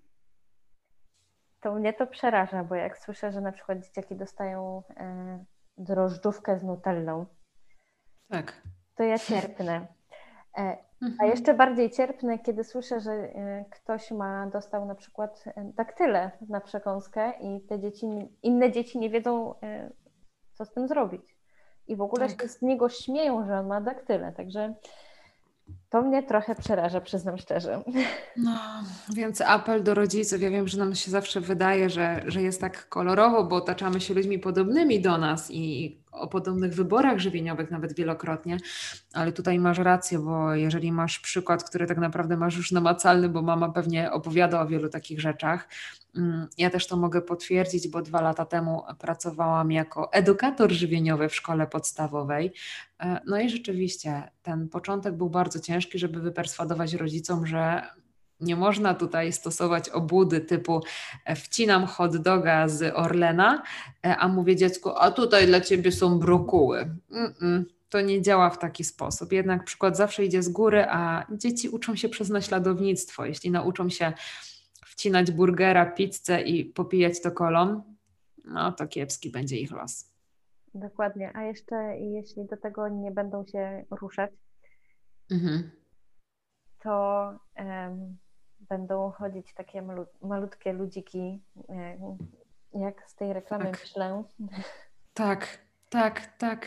to mnie to przeraża, bo jak słyszę, że na przykład dzieciaki dostają e, drożdżówkę z nutellą, Tak. to ja cierpnę. E, A Mhm. jeszcze bardziej cierpnę, kiedy słyszę, że e, ktoś ma, dostał na przykład e, daktylę na przekąskę i te dzieci, inne dzieci nie wiedzą, e, co z tym zrobić. I w ogóle się Tak. z niego śmieją, że on ma daktylę. Także To mnie trochę przeraża, przyznam szczerze. No, więc apel do rodziców. Ja wiem, że nam się zawsze wydaje, że, że jest tak kolorowo, bo otaczamy się ludźmi podobnymi do nas i o podobnych wyborach żywieniowych nawet wielokrotnie, ale tutaj masz rację, bo jeżeli masz przykład, który tak naprawdę masz już namacalny, bo mama pewnie opowiada o wielu takich rzeczach. Ja też to mogę potwierdzić, bo dwa lata temu pracowałam jako edukator żywieniowy w szkole podstawowej. No i rzeczywiście ten początek był bardzo ciężki, żeby wyperswadować rodzicom, że nie można tutaj stosować obłudy typu wcinam hot doga z Orlena, a mówię dziecku, a tutaj dla ciebie są brokuły. Mm-mm, to nie działa w taki sposób. Jednak przykład zawsze idzie z góry, a dzieci uczą się przez naśladownictwo. Jeśli nauczą się wcinać burgera, pizzę i popijać to kolą, no to kiepski będzie ich los. Dokładnie, a jeszcze jeśli do tego nie będą się ruszać, Mhm. to um, będą chodzić takie malu, malutkie ludziki, jak z tej reklamy, tak. myślę. Tak, tak, tak.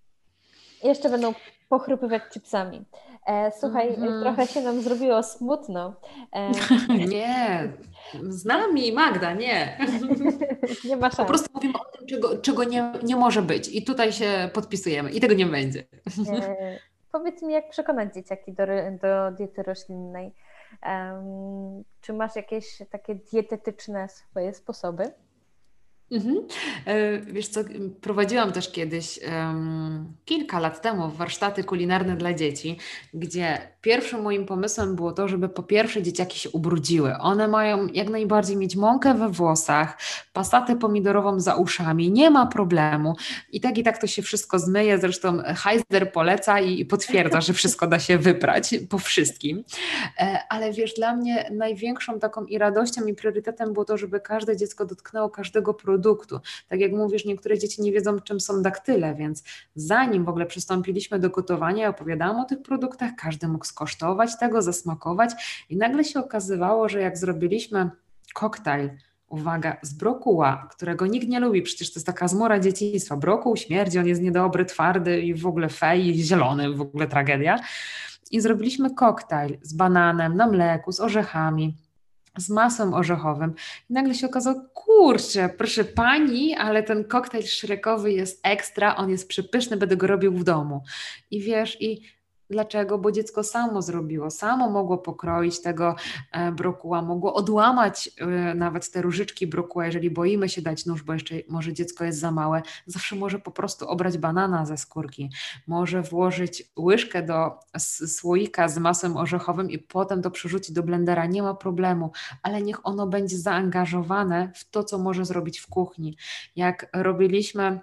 Jeszcze będą pochrupywać chipsami. E, słuchaj, mm-hmm. trochę się nam zrobiło smutno. E, nie, z nami Magda, nie. nie ma szans. Po prostu mówimy o tym, czego, czego nie, nie może być i tutaj się podpisujemy i tego nie będzie. E, powiedz mi, jak przekonać dzieciaki do, do diety roślinnej? Um, czy masz jakieś takie dietetyczne swoje sposoby? Mhm. Wiesz co, prowadziłam też kiedyś um, kilka lat temu warsztaty kulinarne dla dzieci, gdzie pierwszym moim pomysłem było to, żeby po pierwsze dzieciaki się ubrudziły. One mają jak najbardziej mieć mąkę we włosach, pasatę pomidorową za uszami, nie ma problemu. I tak i tak to się wszystko zmyje, zresztą Heiser poleca i potwierdza, że wszystko da się wyprać po wszystkim. Ale wiesz, dla mnie największą taką i radością i priorytetem było to, żeby każde dziecko dotknęło każdego produktu. Produktu. Tak jak mówisz, niektóre dzieci nie wiedzą, czym są daktyle, więc zanim w ogóle przystąpiliśmy do gotowania, opowiadałam o tych produktach, każdy mógł skosztować tego, zasmakować i nagle się okazywało, że jak zrobiliśmy koktajl, uwaga, z brokuła, którego nikt nie lubi, przecież to jest taka zmora dzieciństwa, brokuł śmierdzi, on jest niedobry, twardy i w ogóle fej, zielony, w ogóle tragedia. I zrobiliśmy koktajl z bananem, na mleku, z orzechami, z masłem orzechowym. I nagle się okazało, kurczę, proszę pani, ale ten koktajl szrekowy jest ekstra, on jest przepyszny, będę go robił w domu. I wiesz, i dlaczego? Bo dziecko samo zrobiło, samo mogło pokroić tego brokuła, mogło odłamać nawet te różyczki brokuła, jeżeli boimy się dać nóż, bo jeszcze może dziecko jest za małe, zawsze może po prostu obrać banana ze skórki, może włożyć łyżkę do słoika z masłem orzechowym i potem to przerzucić do blendera, nie ma problemu, ale niech ono będzie zaangażowane w to, co może zrobić w kuchni. Jak robiliśmy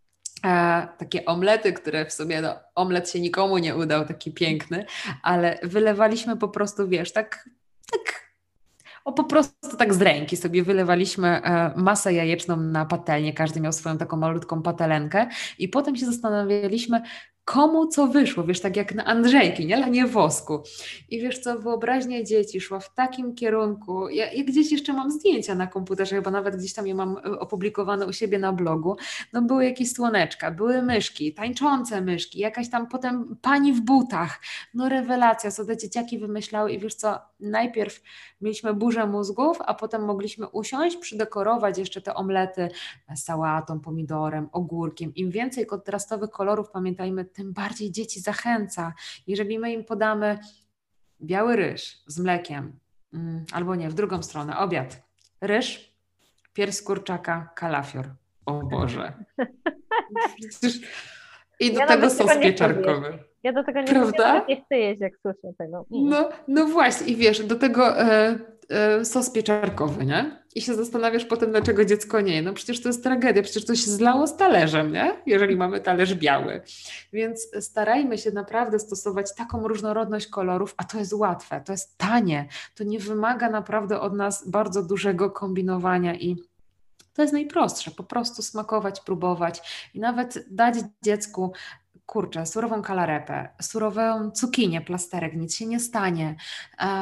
E, takie omlety, które w sumie, no, omlet się nikomu nie udał, taki piękny, ale wylewaliśmy po prostu, wiesz, tak, tak, o po prostu tak z ręki sobie wylewaliśmy e, masę jajeczną na patelnię, każdy miał swoją taką malutką patelenkę i potem się zastanawialiśmy, komu co wyszło, wiesz, tak jak na Andrzejki, nie? Lanie wosku. I wiesz co, wyobraźnia dzieci szła w takim kierunku, ja, ja gdzieś jeszcze mam zdjęcia na komputerze, chyba nawet gdzieś tam je mam opublikowane u siebie na blogu, no były jakieś słoneczka, były myszki, tańczące myszki, jakaś tam potem pani w butach, no rewelacja, co te dzieciaki wymyślały i wiesz co, najpierw mieliśmy burzę mózgów, a potem mogliśmy usiąść, przydekorować jeszcze te omlety sałatą, pomidorem, ogórkiem. Im więcej kontrastowych kolorów, pamiętajmy, tym bardziej dzieci zachęca. Jeżeli my im podamy biały ryż z mlekiem, albo nie, w drugą stronę, obiad, ryż, pierś z kurczaka, kalafior. O Boże. I do ja tego sos pieczarkowy. Ja do tego nie, Prawda? nie chcę jeść, jak słyszę tego. Mm. No, no właśnie i wiesz, do tego e, e, sos pieczarkowy, nie? I się zastanawiasz potem, dlaczego dziecko nie je. No przecież to jest tragedia, przecież to się zlało z talerzem, nie? Jeżeli mamy talerz biały. Więc starajmy się naprawdę stosować taką różnorodność kolorów, a to jest łatwe, to jest tanie, to nie wymaga naprawdę od nas bardzo dużego kombinowania i to jest najprostsze, po prostu smakować, próbować i nawet dać dziecku, kurczę, surową kalarepę, surową cukinię, plasterek, nic się nie stanie.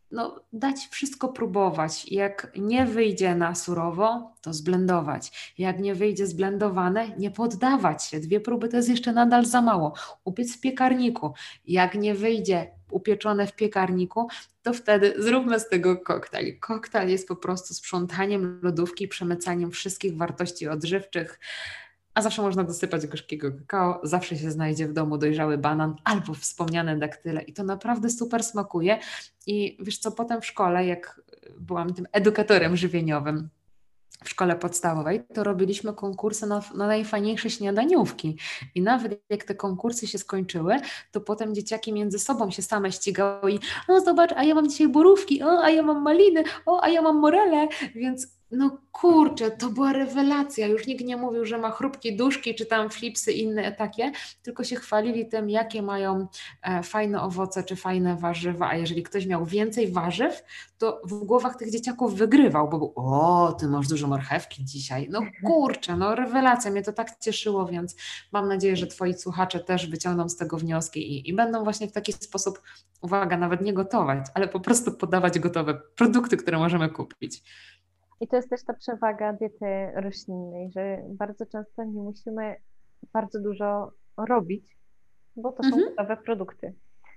no, dać wszystko próbować. Jak nie wyjdzie na surowo, to zblendować. Jak nie wyjdzie zblendowane, nie poddawać się. Dwie próby to jest jeszcze nadal za mało. Upiec w piekarniku. Jak nie wyjdzie upieczone w piekarniku, to wtedy zróbmy z tego koktajl. Koktajl jest po prostu sprzątaniem lodówki, przemycaniem wszystkich wartości odżywczych, a zawsze można dosypać gorzkiego kakao, zawsze się znajdzie w domu dojrzały banan albo wspomniane daktyle i to naprawdę super smakuje. I wiesz co, potem w szkole, jak byłam tym edukatorem żywieniowym w szkole podstawowej, to robiliśmy konkursy na, na najfajniejsze śniadaniówki. I nawet jak te konkursy się skończyły, to potem dzieciaki między sobą się same ścigały i o zobacz, a ja mam dzisiaj borówki, o a ja mam maliny, o a ja mam morele, więc no kurczę, to była rewelacja. Już nikt nie mówił, że ma chrupki duszki, czy tam flipsy inne takie, tylko się chwalili tym, jakie mają e, fajne owoce, czy fajne warzywa, a jeżeli ktoś miał więcej warzyw, to w głowach tych dzieciaków wygrywał, bo był, o, ty masz dużo marchewki dzisiaj. No kurczę, no rewelacja, mnie to tak cieszyło, więc mam nadzieję, że twoi słuchacze też wyciągną z tego wnioski i, i będą właśnie w taki sposób, uwaga, nawet nie gotować, ale po prostu podawać gotowe produkty, które możemy kupić. I to jest też ta przewaga diety roślinnej, że bardzo często nie musimy bardzo dużo robić, bo to są Mhm. gotowe produkty.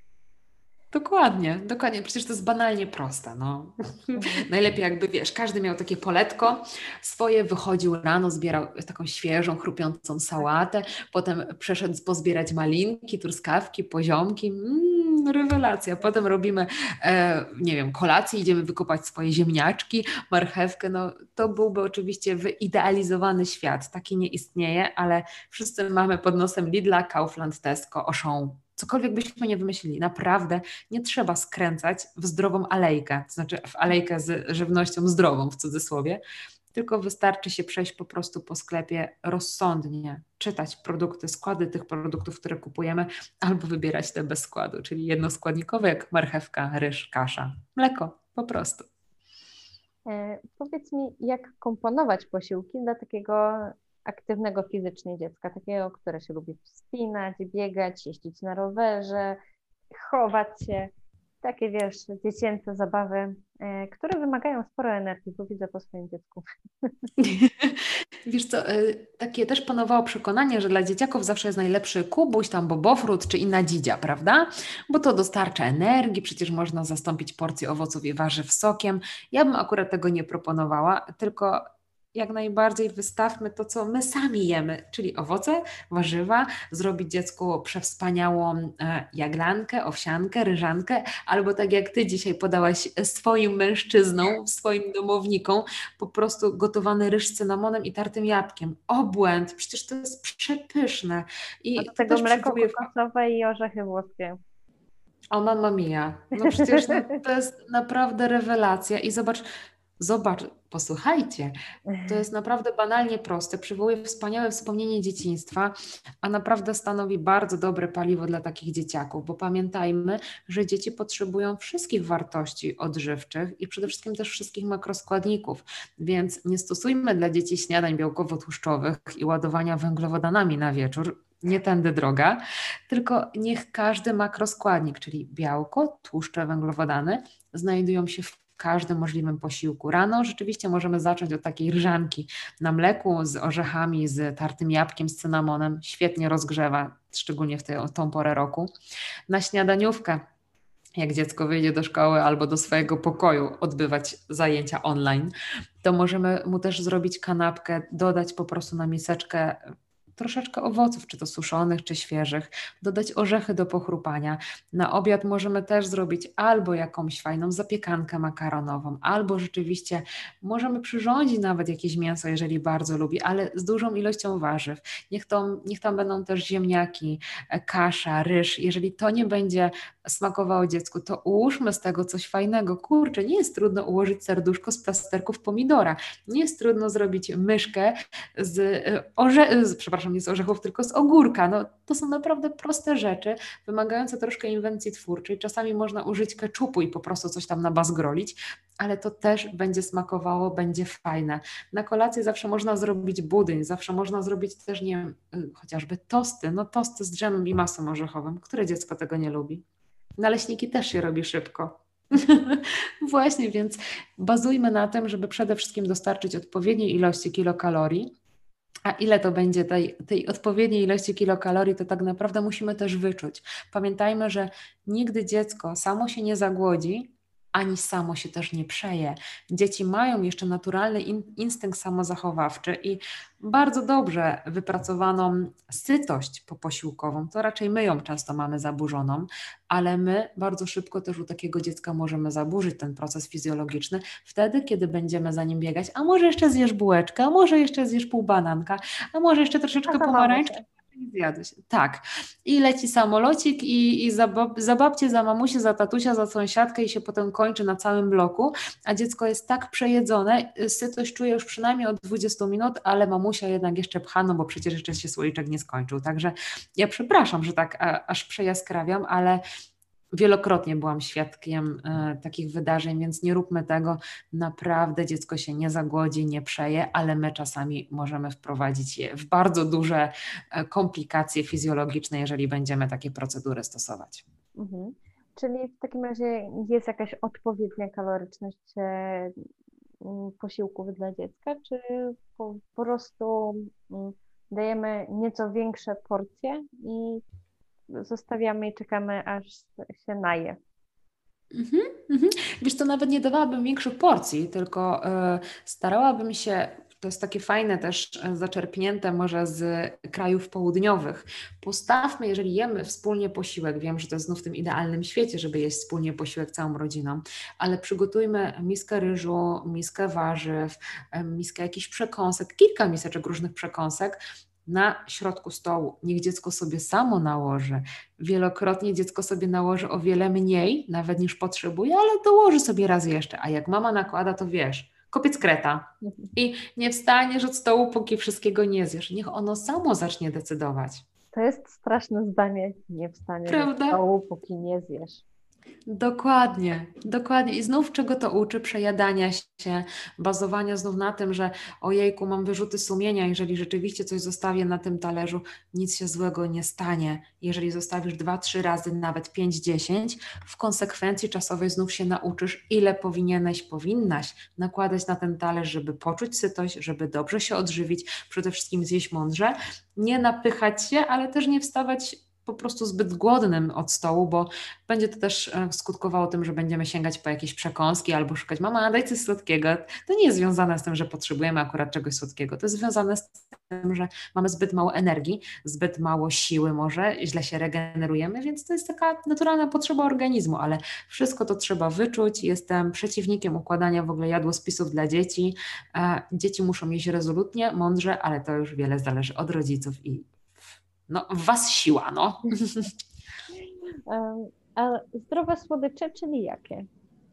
Dokładnie, dokładnie. Przecież to jest banalnie proste. No. Mhm. Najlepiej jakby, wiesz, każdy miał takie poletko swoje, wychodził rano, zbierał taką świeżą, chrupiącą sałatę, potem przeszedł pozbierać malinki, truskawki, poziomki. Mm, rewelacja. Potem robimy, e, nie wiem, kolację, idziemy wykopać swoje ziemniaczki, marchewkę. No, to byłby oczywiście wyidealizowany świat. Taki nie istnieje, ale wszyscy mamy pod nosem Lidla, Kaufland, Tesco, Auchan. Cokolwiek byśmy nie wymyślili, naprawdę nie trzeba skręcać w zdrową alejkę, to znaczy w alejkę z żywnością zdrową w cudzysłowie, tylko wystarczy się przejść po prostu po sklepie rozsądnie, czytać produkty, składy tych produktów, które kupujemy, albo wybierać te bez składu, czyli jednoskładnikowe jak marchewka, ryż, kasza, mleko, po prostu. E, powiedz mi, jak komponować posiłki dla takiego aktywnego fizycznie dziecka, takiego, które się lubi wspinać, biegać, jeździć na rowerze, chować się. Takie, wiesz, dziecięce zabawy, e, które wymagają sporo energii, bo widzę po swoim dziecku. Wiesz co, y, takie też panowało przekonanie, że dla dzieciaków zawsze jest najlepszy kubuś, tam bobofrut czy inna dzidzia, prawda? Bo to dostarcza energii, przecież można zastąpić porcję owoców i warzyw sokiem. Ja bym akurat tego nie proponowała, tylko jak najbardziej wystawmy to, co my sami jemy, czyli owoce, warzywa, zrobić dziecku przewspaniałą e, jaglankę, owsiankę, ryżankę, albo tak jak Ty dzisiaj podałaś swoim mężczyznom, swoim domownikom, po prostu gotowany ryż z cynamonem i tartym jabłkiem. Obłęd, przecież to jest przepyszne. A I do to tego też mleko przywołuje. kokosowe i orzechy włoskie. O mamma mia, no przecież no, to jest naprawdę rewelacja i zobacz, zobacz, posłuchajcie, to jest naprawdę banalnie proste, przywołuje wspaniałe wspomnienie dzieciństwa, a naprawdę stanowi bardzo dobre paliwo dla takich dzieciaków, bo pamiętajmy, że dzieci potrzebują wszystkich wartości odżywczych i przede wszystkim też wszystkich makroskładników, więc nie stosujmy dla dzieci śniadań białkowo-tłuszczowych i ładowania węglowodanami na wieczór, nie tędy droga, tylko niech każdy makroskładnik, czyli białko, tłuszcze, węglowodany, znajdują się w każdym możliwym posiłku. Rano rzeczywiście możemy zacząć od takiej ryżanki na mleku z orzechami, z tartym jabłkiem, z cynamonem. Świetnie rozgrzewa, szczególnie w tę, tą porę roku. Na śniadaniówkę, jak dziecko wyjdzie do szkoły albo do swojego pokoju odbywać zajęcia online, to możemy mu też zrobić kanapkę, dodać po prostu na miseczkę troszeczkę owoców, czy to suszonych, czy świeżych, dodać orzechy do pochrupania. Na obiad możemy też zrobić albo jakąś fajną zapiekankę makaronową, albo rzeczywiście możemy przyrządzić nawet jakieś mięso, jeżeli bardzo lubi, ale z dużą ilością warzyw. Niech, to, niech tam będą też ziemniaki, kasza, ryż. Jeżeli to nie będzie smakowało dziecku, to ułóżmy z tego coś fajnego. Kurczę, nie jest trudno ułożyć serduszko z plasterków pomidora. Nie jest trudno zrobić myszkę z orze... z, przepraszam, nie z orzechów, tylko z ogórka. No, to są naprawdę proste rzeczy, wymagające troszkę inwencji twórczej. Czasami można użyć keczupu i po prostu coś tam nabazgrolić, ale to też będzie smakowało, będzie fajne. Na kolację zawsze można zrobić budyń, zawsze można zrobić też, nie wiem, chociażby tosty. No tosty z dżemem i masą orzechową. Które dziecko tego nie lubi? Naleśniki też się robi szybko. Właśnie, więc bazujmy na tym, żeby przede wszystkim dostarczyć odpowiedniej ilości kilokalorii. A ile to będzie tej, tej odpowiedniej ilości kilokalorii, to tak naprawdę musimy też wyczuć. Pamiętajmy, że nigdy dziecko samo się nie zagłodzi, ani samo się też nie przeje. Dzieci mają jeszcze naturalny in, instynkt samozachowawczy i bardzo dobrze wypracowaną sytość poposiłkową. To raczej my ją często mamy zaburzoną, ale my bardzo szybko też u takiego dziecka możemy zaburzyć ten proces fizjologiczny wtedy, kiedy będziemy za nim biegać, a może jeszcze zjesz bułeczkę, a może jeszcze zjesz pół bananka, a może jeszcze troszeczkę pomarańczki. Zjadłeś. Tak. I leci samolocik i, i za, bab, za babcię, za mamusię, za tatusia, za sąsiadkę i się potem kończy na całym bloku, a dziecko jest tak przejedzone, sytość czuje już przynajmniej od dwudziestu minut, ale mamusia jednak jeszcze pcha, no bo przecież jeszcze się słoiczek nie skończył. Także ja przepraszam, że tak a, aż przejaskrawiam, ale wielokrotnie byłam świadkiem e, takich wydarzeń, więc nie róbmy tego. Naprawdę dziecko się nie zagłodzi, nie przeje, ale my czasami możemy wprowadzić je w bardzo duże e, komplikacje fizjologiczne, jeżeli będziemy takie procedury stosować. Mhm. Czyli w takim razie jest jakaś odpowiednia kaloryczność e, posiłków dla dziecka, czy po, po prostu m, dajemy nieco większe porcje i zostawiamy i czekamy, aż się naje? Mhm, mhm. Wiesz, to nawet nie dawałabym większych porcji, tylko y, starałabym się, to jest takie fajne też e, zaczerpnięte może z krajów południowych. Postawmy, jeżeli jemy wspólnie posiłek, wiem, że to jest znów w tym idealnym świecie, żeby jeść wspólnie posiłek całą rodziną, ale przygotujmy miskę ryżu, miskę warzyw, e, miskę jakichś przekąsek, kilka miseczek różnych przekąsek, na środku stołu. Niech dziecko sobie samo nałoży. Wielokrotnie dziecko sobie nałoży o wiele mniej, nawet niż potrzebuje, ale dołoży sobie raz jeszcze. A jak mama nakłada, to wiesz, kopiec kreta. I nie wstaniesz od stołu, póki wszystkiego nie zjesz. Niech ono samo zacznie decydować. To jest straszne zdanie. Nie wstaniesz od stołu, póki nie zjesz. Dokładnie, dokładnie. I znów czego to uczy? Przejadania się, bazowania znów na tym, że ojejku, mam wyrzuty sumienia, jeżeli rzeczywiście coś zostawię na tym talerzu, nic się złego nie stanie. Jeżeli zostawisz dwa, trzy razy, nawet pięć, dziesięć, w konsekwencji czasowej znów się nauczysz, ile powinieneś, powinnaś nakładać na ten talerz, żeby poczuć sytość, żeby dobrze się odżywić, przede wszystkim zjeść mądrze, nie napychać się, ale też nie wstawać po prostu zbyt głodnym od stołu, bo będzie to też skutkowało tym, że będziemy sięgać po jakieś przekąski albo szukać, mama, daj coś słodkiego. To nie jest związane z tym, że potrzebujemy akurat czegoś słodkiego. To jest związane z tym, że mamy zbyt mało energii, zbyt mało siły może, źle się regenerujemy, więc to jest taka naturalna potrzeba organizmu, ale wszystko to trzeba wyczuć. Jestem przeciwnikiem układania w ogóle jadłospisów dla dzieci. Dzieci muszą jeść rezolutnie, mądrze, ale to już wiele zależy od rodziców i no, w was siła, no. A zdrowe słodycze, czyli jakie?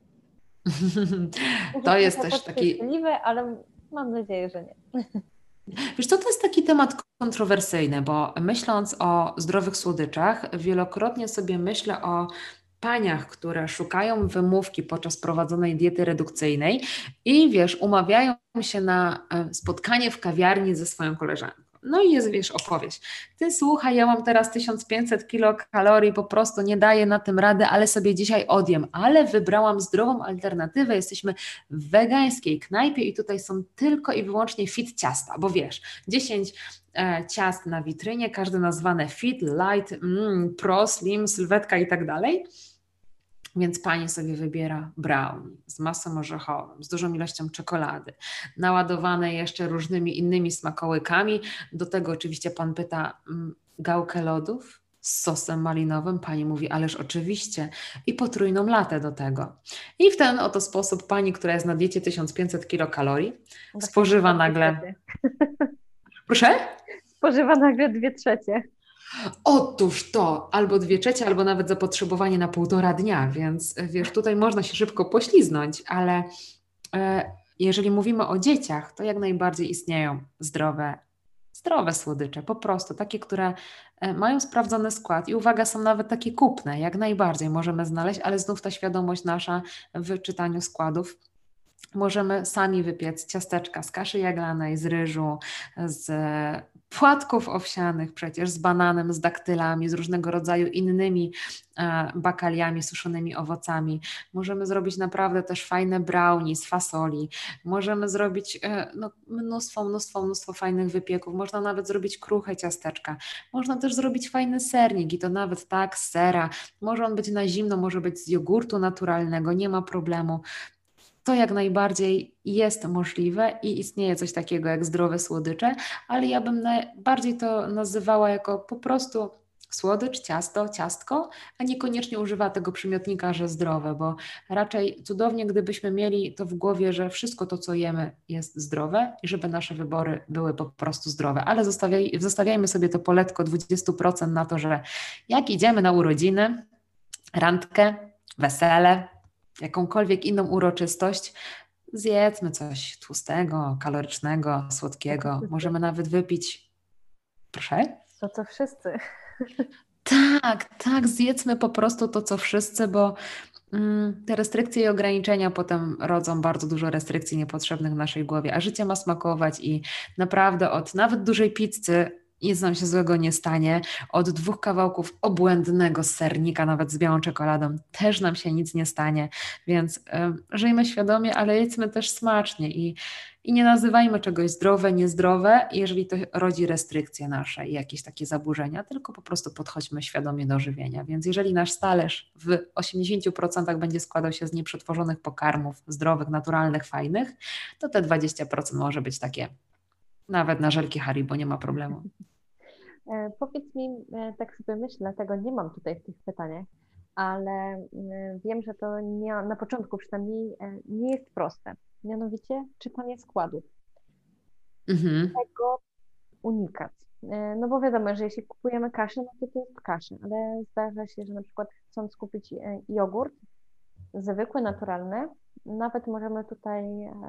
To jest też taki... ale mam nadzieję, że nie. Wiesz co, to jest taki temat kontrowersyjny, bo myśląc o zdrowych słodyczach, wielokrotnie sobie myślę o paniach, które szukają wymówki podczas prowadzonej diety redukcyjnej i wiesz, umawiają się na spotkanie w kawiarni ze swoją koleżanką. No i jest, wiesz, opowieść. Ty słuchaj, ja mam teraz tysiąc pięćset kilokalorii, po prostu nie daję na tym rady, ale sobie dzisiaj odjem. Ale wybrałam zdrową alternatywę. Jesteśmy w wegańskiej knajpie i tutaj są tylko i wyłącznie fit ciasta, bo wiesz, dziesięć e, ciast na witrynie, każde nazwane fit, light, mm, pro, slim, sylwetka i tak dalej. Więc pani sobie wybiera brownie z masą orzechową, z dużą ilością czekolady, naładowane jeszcze różnymi innymi smakołykami. Do tego oczywiście pan pyta, gałkę lodów z sosem malinowym? Pani mówi, ależ oczywiście. I potrójną latę do tego. I w ten oto sposób pani, która jest na diecie tysiąc pięćset kilokalorii, spożywa nagle... Proszę? Spożywa nagle dwie trzecie. Otóż to, albo dwie trzecie, albo nawet zapotrzebowanie na półtora dnia, więc wiesz, tutaj można się szybko pośliznąć, ale e, jeżeli mówimy o dzieciach, to jak najbardziej istnieją zdrowe, zdrowe słodycze, po prostu takie, które e, mają sprawdzony skład i uwaga, są nawet takie kupne, jak najbardziej możemy znaleźć, ale znów ta świadomość nasza w czytaniu składów. Możemy sami wypiec ciasteczka z kaszy jaglanej, z ryżu, z płatków owsianych przecież z bananem, z daktylami, z różnego rodzaju innymi e, bakaliami, suszonymi owocami. Możemy zrobić naprawdę też fajne brownie z fasoli. Możemy zrobić e, no, mnóstwo, mnóstwo, mnóstwo fajnych wypieków. Można nawet zrobić kruche ciasteczka. Można też zrobić fajny sernik i to nawet tak z sera. Może on być na zimno, może być z jogurtu naturalnego, nie ma problemu. To jak najbardziej jest możliwe i istnieje coś takiego jak zdrowe słodycze, ale ja bym bardziej to nazywała jako po prostu słodycz, ciasto, ciastko, a niekoniecznie używa tego przymiotnika, że zdrowe, bo raczej cudownie, gdybyśmy mieli to w głowie, że wszystko to, co jemy, jest zdrowe i żeby nasze wybory były po prostu zdrowe, ale zostawiaj, zostawiajmy sobie to poletko dwadzieścia procent na to, że jak idziemy na urodziny, randkę, wesele, jakąkolwiek inną uroczystość, zjedzmy coś tłustego, kalorycznego, słodkiego. Możemy nawet wypić. Proszę? To co wszyscy. Tak, tak, zjedzmy po prostu to, co wszyscy, bo mm, te restrykcje i ograniczenia potem rodzą bardzo dużo restrykcji niepotrzebnych w naszej głowie, a życie ma smakować i naprawdę od nawet dużej pizzy nic nam się złego nie stanie. Od dwóch kawałków obłędnego sernika, nawet z białą czekoladą, też nam się nic nie stanie. Więc y, żyjmy świadomie, ale jedzmy też smacznie i, i nie nazywajmy czegoś zdrowe, niezdrowe, jeżeli to rodzi restrykcje nasze i jakieś takie zaburzenia, tylko po prostu podchodźmy świadomie do żywienia. Więc jeżeli nasz talerz w osiemdziesięciu procentach będzie składał się z nieprzetworzonych pokarmów, zdrowych, naturalnych, fajnych, to te dwadzieścia procent może być takie nawet na żelki Haribo, nie ma problemu. E, powiedz mi, e, tak sobie myślę, tego nie mam tutaj w tych pytaniach, ale e, wiem, że to nie, na początku przynajmniej e, nie jest proste. Mianowicie czytanie składów. Mhm. Tego unikać. E, no bo wiadomo, że jeśli kupujemy kaszę, no to to jest kasza, ale zdarza się, że na przykład chcąc kupić e, jogurt, zwykły, naturalny, nawet możemy tutaj e,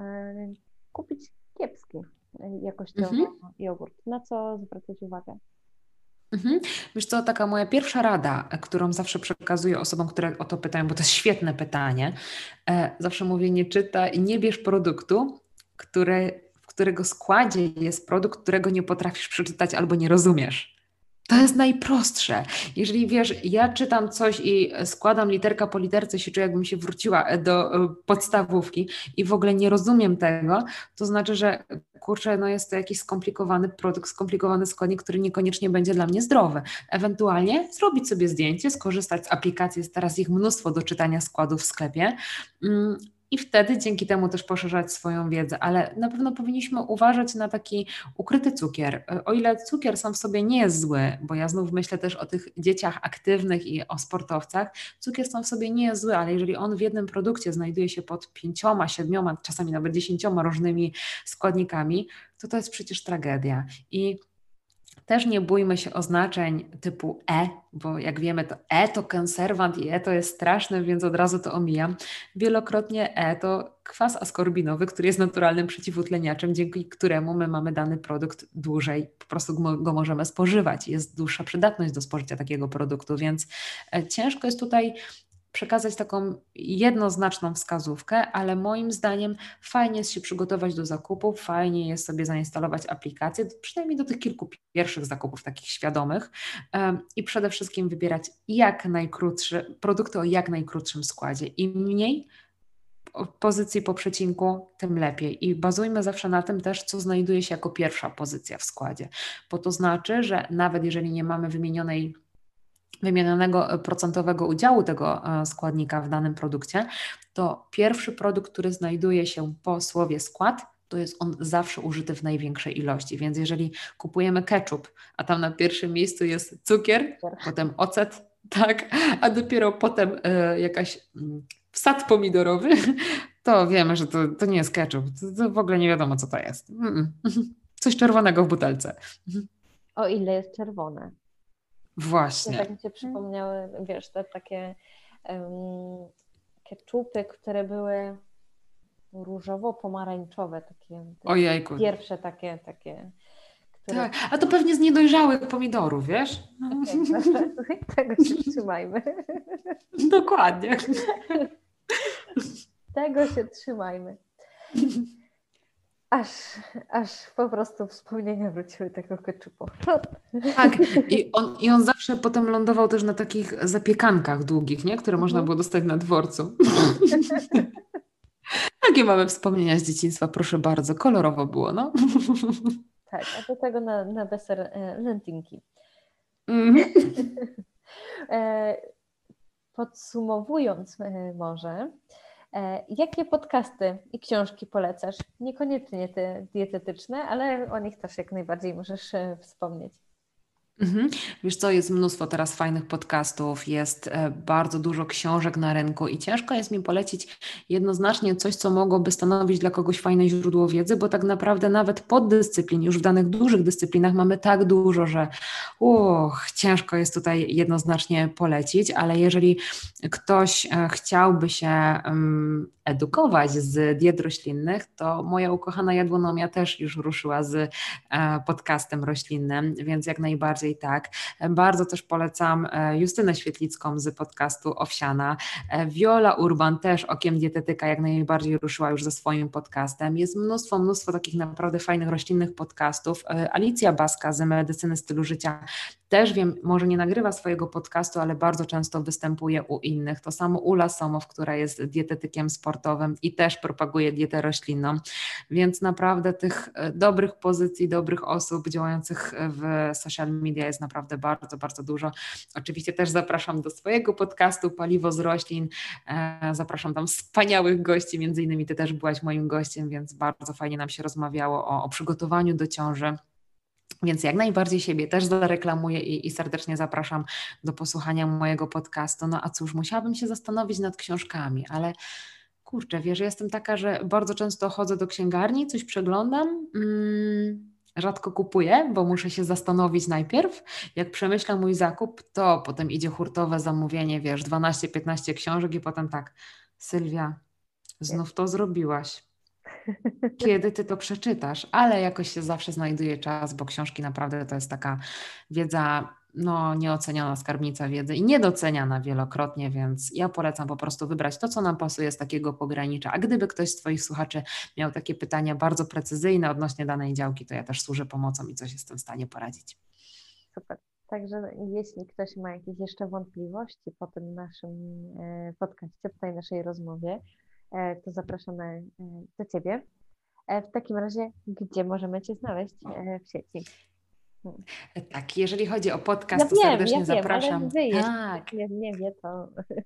kupić kiepski jakościowo Mhm. jogurt. Na co zwracać uwagę? Mhm. Wiesz co, taka moja pierwsza rada, którą zawsze przekazuję osobom, które o to pytają, bo to jest świetne pytanie, e, zawsze mówię, nie czytaj, nie bierz produktu, który, w którego składzie jest produkt, którego nie potrafisz przeczytać albo nie rozumiesz. To jest najprostsze. Jeżeli wiesz, ja czytam coś i składam literka po literce, się czuję, jakbym się wróciła do e, podstawówki i w ogóle nie rozumiem tego, to znaczy, że kurczę, no jest to jakiś skomplikowany produkt, skomplikowany składnik, który niekoniecznie będzie dla mnie zdrowy. Ewentualnie zrobić sobie zdjęcie, skorzystać z aplikacji, jest teraz ich mnóstwo do czytania składów w sklepie. Mm, I wtedy dzięki temu też poszerzać swoją wiedzę, ale na pewno powinniśmy uważać na taki ukryty cukier. O ile cukier sam w sobie nie jest zły, bo ja znów myślę też o tych dzieciach aktywnych i o sportowcach, cukier sam w sobie nie jest zły, ale jeżeli on w jednym produkcie znajduje się pod pięcioma, siedmioma, czasami nawet dziesięcioma różnymi składnikami, to to jest przecież tragedia. I też nie bójmy się oznaczeń typu E, bo jak wiemy, to E to konserwant i E to jest straszne, więc od razu to omijam. Wielokrotnie E to kwas askorbinowy, który jest naturalnym przeciwutleniaczem, dzięki któremu my mamy dany produkt dłużej, po prostu go, go możemy spożywać. Jest dłuższa przydatność do spożycia takiego produktu, więc e, ciężko jest tutaj przekazać taką jednoznaczną wskazówkę, ale moim zdaniem fajnie jest się przygotować do zakupów, fajnie jest sobie zainstalować aplikację, przynajmniej do tych kilku pierwszych zakupów takich świadomych um, i przede wszystkim wybierać jak najkrótsze produkty o jak najkrótszym składzie. Im mniej pozycji po przecinku, tym lepiej. I bazujmy zawsze na tym też, co znajduje się jako pierwsza pozycja w składzie, bo to znaczy, że nawet jeżeli nie mamy wymienionej wymienionego procentowego udziału tego składnika w danym produkcie, to pierwszy produkt, który znajduje się po słowie skład, to jest on zawsze użyty w największej ilości. Więc jeżeli kupujemy ketchup, a tam na pierwszym miejscu jest cukier, potem ocet, tak, a dopiero potem y, jakaś y, wsad pomidorowy, to wiemy, że to, to nie jest ketchup. To, to w ogóle nie wiadomo, co to jest. Mm-mm. Coś czerwonego w butelce. O ile jest czerwone. Właśnie. Tak mi się przypomniały, wiesz, te takie um, keczupy, które były różowo-pomarańczowe, takie Ojejku. pierwsze takie, takie które... Tak, a to pewnie z niedojrzałych pomidorów, wiesz? Okay, tego się trzymajmy. Dokładnie. Tego się trzymajmy. Aż, aż po prostu wspomnienia wróciły tego keczupu. Tak, i on, i on zawsze potem lądował też na takich zapiekankach długich, nie? Które można Mhm. było dostać na dworcu. Takie małe wspomnienia z dzieciństwa, proszę bardzo, kolorowo było, no. Tak, a do tego na, na deser e, lentynki. Mhm. E, Podsumowując e, może, e, jakie podcasty i książki polecasz? Niekoniecznie te dietetyczne, ale o nich też jak najbardziej możesz e, wspomnieć. Mhm. Wiesz co, jest mnóstwo teraz fajnych podcastów, jest e, bardzo dużo książek na rynku i ciężko jest mi polecić jednoznacznie coś, co mogłoby stanowić dla kogoś fajne źródło wiedzy, bo tak naprawdę nawet poddyscyplin, już w danych dużych dyscyplinach mamy tak dużo, że uch, ciężko jest tutaj jednoznacznie polecić, ale jeżeli ktoś e, chciałby się um, edukować z diet roślinnych, to moja ukochana jadłonomia też już ruszyła z e, podcastem roślinnym, więc jak najbardziej tak. Bardzo też polecam Justynę Świetlicką z podcastu Owsiana. Viola Urban też, Okiem Dietetyka, jak najbardziej ruszyła już ze swoim podcastem. Jest mnóstwo, mnóstwo takich naprawdę fajnych roślinnych podcastów. Alicja Baska z Medycyny Stylu Życia też wiem, może nie nagrywa swojego podcastu, ale bardzo często występuje u innych. To samo Ula Somow, która jest dietetykiem sportowym i też propaguje dietę roślinną. Więc naprawdę tych dobrych pozycji, dobrych osób działających w social media jest naprawdę bardzo, bardzo dużo. Oczywiście też zapraszam do swojego podcastu Paliwo z roślin. Zapraszam tam wspaniałych gości, między innymi Ty też byłaś moim gościem, więc bardzo fajnie nam się rozmawiało o, o przygotowaniu do ciąży. Więc jak najbardziej siebie też zareklamuję i, i serdecznie zapraszam do posłuchania mojego podcastu. No a cóż, musiałabym się zastanowić nad książkami, ale kurczę, wiesz, jestem taka, że bardzo często chodzę do księgarni, coś przeglądam, mm, rzadko kupuję, bo muszę się zastanowić najpierw. Jak przemyślę mój zakup, to potem idzie hurtowe zamówienie, wiesz, dwanaście piętnaście książek i potem tak, Sylwia, znów to zrobiłaś. Kiedy ty to przeczytasz, ale jakoś się zawsze znajduje czas, bo książki naprawdę to jest taka wiedza, no nieoceniona skarbnica wiedzy i niedoceniana wielokrotnie, więc ja polecam po prostu wybrać to, co nam pasuje z takiego pogranicza. A gdyby ktoś z Twoich słuchaczy miał takie pytania bardzo precyzyjne odnośnie danej działki, to ja też służę pomocą i coś jestem w stanie poradzić. Super. Także jeśli ktoś ma jakieś jeszcze wątpliwości po tym naszym e, podcaście, po tej naszej rozmowie, e, to zapraszamy e, do Ciebie. E, W takim razie, gdzie możemy Cię znaleźć e, w sieci? Hmm. Tak, jeżeli chodzi o podcast, Ja to wiem, serdecznie ja wiem, ale zapraszam. Wy, jeśli Tak. ktoś nie, nie wie, to...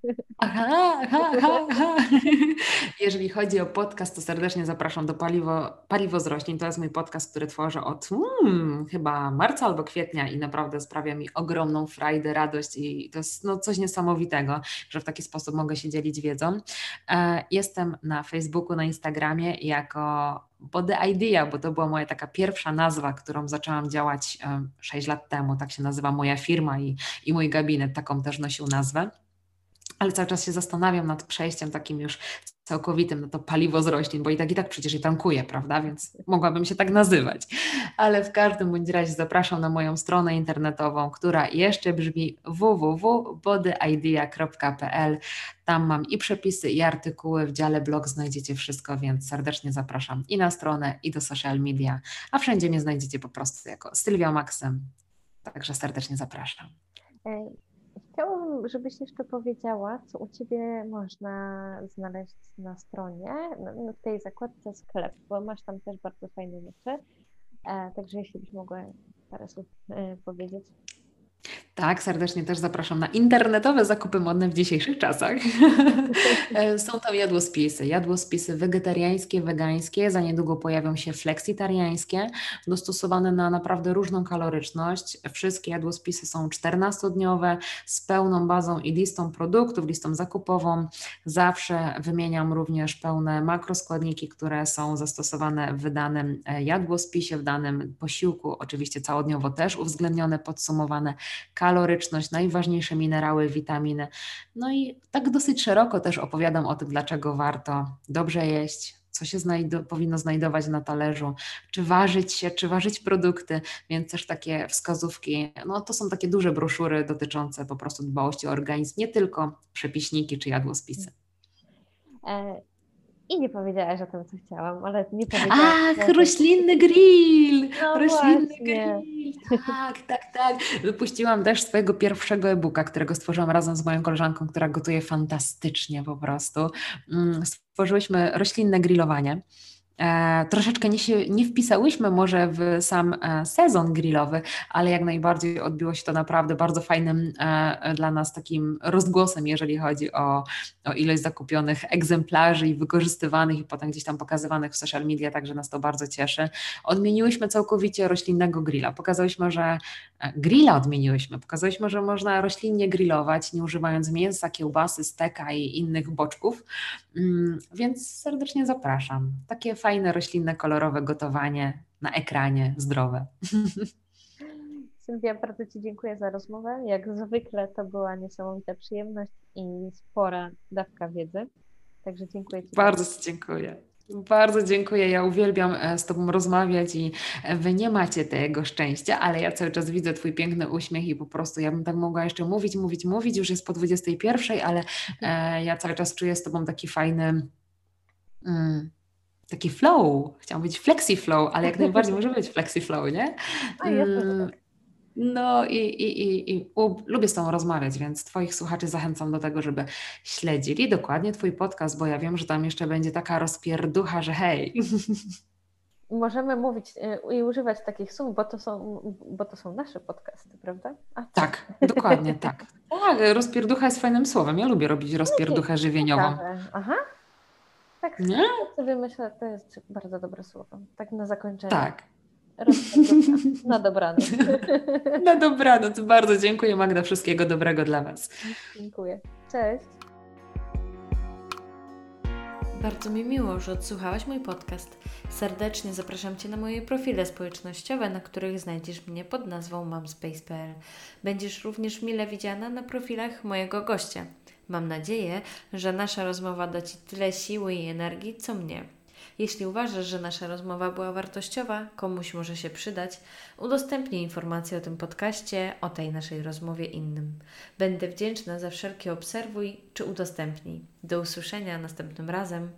Aha, aha, aha, aha. Jeżeli chodzi o podcast, to serdecznie zapraszam do Paliwo, Paliwo z roślin. To jest mój podcast, który tworzę od hmm, chyba marca albo kwietnia i naprawdę sprawia mi ogromną frajdę, radość i to jest no, coś niesamowitego, że w taki sposób mogę się dzielić wiedzą. E, Jestem na Facebooku, na Instagramie jako Body Idea, bo to była moja taka pierwsza nazwa, którą zaczęłam działać e, sześć lat temu. Tak się nazywa moja firma i, i mój gabinet, taką też nosił nazwę. Ale cały czas się zastanawiam nad przejściem takim już całkowitym na to paliwo z roślin, bo i tak i tak przecież je tankuję, prawda? Więc mogłabym się tak nazywać. Ale w każdym bądź razie zapraszam na moją stronę internetową, która jeszcze brzmi w w w kropka body idea kropka p l. Tam mam i przepisy, i artykuły. W dziale blog znajdziecie wszystko, więc serdecznie zapraszam i na stronę, i do social media, a wszędzie mnie znajdziecie po prostu jako Sylwia Maksym. Także serdecznie zapraszam. E, Chciałabym, żebyś jeszcze powiedziała, co u Ciebie można znaleźć na stronie, no, w tej zakładce sklep, bo masz tam też bardzo fajne rzeczy. E, także jeśli byś mogła parę słów e, powiedzieć. Tak, serdecznie też zapraszam na internetowe zakupy modne w dzisiejszych czasach. Są tam jadłospisy, jadłospisy wegetariańskie, wegańskie, za niedługo pojawią się fleksitariańskie, dostosowane na naprawdę różną kaloryczność. Wszystkie jadłospisy są czternastodniowe, z pełną bazą i listą produktów, listą zakupową. Zawsze wymieniam również pełne makroskładniki, które są zastosowane w danym jadłospisie, w danym posiłku, oczywiście całodniowo też uwzględnione, podsumowane, kaloryczność, najważniejsze minerały, witaminy. No i tak dosyć szeroko też opowiadam o tym, dlaczego warto dobrze jeść, co się znajdu- powinno znajdować na talerzu, czy ważyć się, czy ważyć produkty, więc też takie wskazówki, no to są takie duże broszury dotyczące po prostu dbałości o organizm, nie tylko przepiśniki czy jadłospisy. E, i nie powiedziałaś o tym, co chciałam, ale nie powiedziałaś. Ach, roślinny grill! No Roślinny właśnie. grill! Tak, tak, tak. Wypuściłam też swojego pierwszego e-booka, którego stworzyłam razem z moją koleżanką, która gotuje fantastycznie po prostu. Mm, Stworzyłyśmy roślinne grillowanie. E, troszeczkę nie, się, nie wpisałyśmy może w sam e, sezon grillowy, ale jak najbardziej odbiło się to naprawdę bardzo fajnym e, dla nas takim rozgłosem, jeżeli chodzi o, o ilość zakupionych egzemplarzy i wykorzystywanych i potem gdzieś tam pokazywanych w social media, także nas to bardzo cieszy. Odmieniłyśmy całkowicie roślinnego grilla. Pokazałyśmy, że e, grilla odmieniłyśmy. Pokazałyśmy, że można roślinnie grillować, nie używając mięsa, kiełbasy, steka i innych boczków. Mm, Więc serdecznie zapraszam. Takie fajne, roślinne, kolorowe gotowanie na ekranie, zdrowe. Sylwia, bardzo Ci dziękuję za rozmowę. Jak zwykle to była niesamowita przyjemność i spora dawka wiedzy. Także dziękuję Ci Bardzo Ci dziękuję. Bardzo dziękuję. Ja uwielbiam e, z Tobą rozmawiać i e, Wy nie macie tego szczęścia, ale ja cały czas widzę Twój piękny uśmiech i po prostu ja bym tak mogła jeszcze mówić, mówić, mówić. Już jest po dwudziestej pierwszej, ale e, ja cały czas czuję z Tobą taki fajny, mm, taki flow. Chciałam być flexi flow, ale jak najbardziej może być flexi flow, nie? A jasne, że Mm, tak. No i, i, i, i u, lubię z Tobą rozmawiać, więc Twoich słuchaczy zachęcam do tego, żeby śledzili dokładnie Twój podcast, bo ja wiem, że tam jeszcze będzie taka rozpierducha, że hej. Możemy mówić y, i używać takich słów, bo to są, bo to są nasze podcasty, prawda? A co? Tak, dokładnie tak. Tak, rozpierducha jest fajnym słowem. Ja lubię robić rozpierduchę żywieniową. Ciekawe. Aha, tak, Nie? tak sobie myślę, to jest bardzo dobre słowo. Tak na zakończenie. Tak. Rozpierducha. Na dobranoc. Na dobranoc. Bardzo dziękuję, Magda. Wszystkiego dobrego dla Was. Dziękuję. Cześć. Bardzo mi miło, że odsłuchałaś mój podcast. Serdecznie zapraszam Cię na moje profile społecznościowe, na których znajdziesz mnie pod nazwą mamspace kropka p l. Będziesz również mile widziana na profilach mojego gościa. Mam nadzieję, że nasza rozmowa da Ci tyle siły i energii, co mnie. Jeśli uważasz, że nasza rozmowa była wartościowa, komuś może się przydać, udostępnij informacje o tym podcaście, o tej naszej rozmowie innym. Będę wdzięczna za wszelkie obserwuj czy udostępnij. Do usłyszenia następnym razem.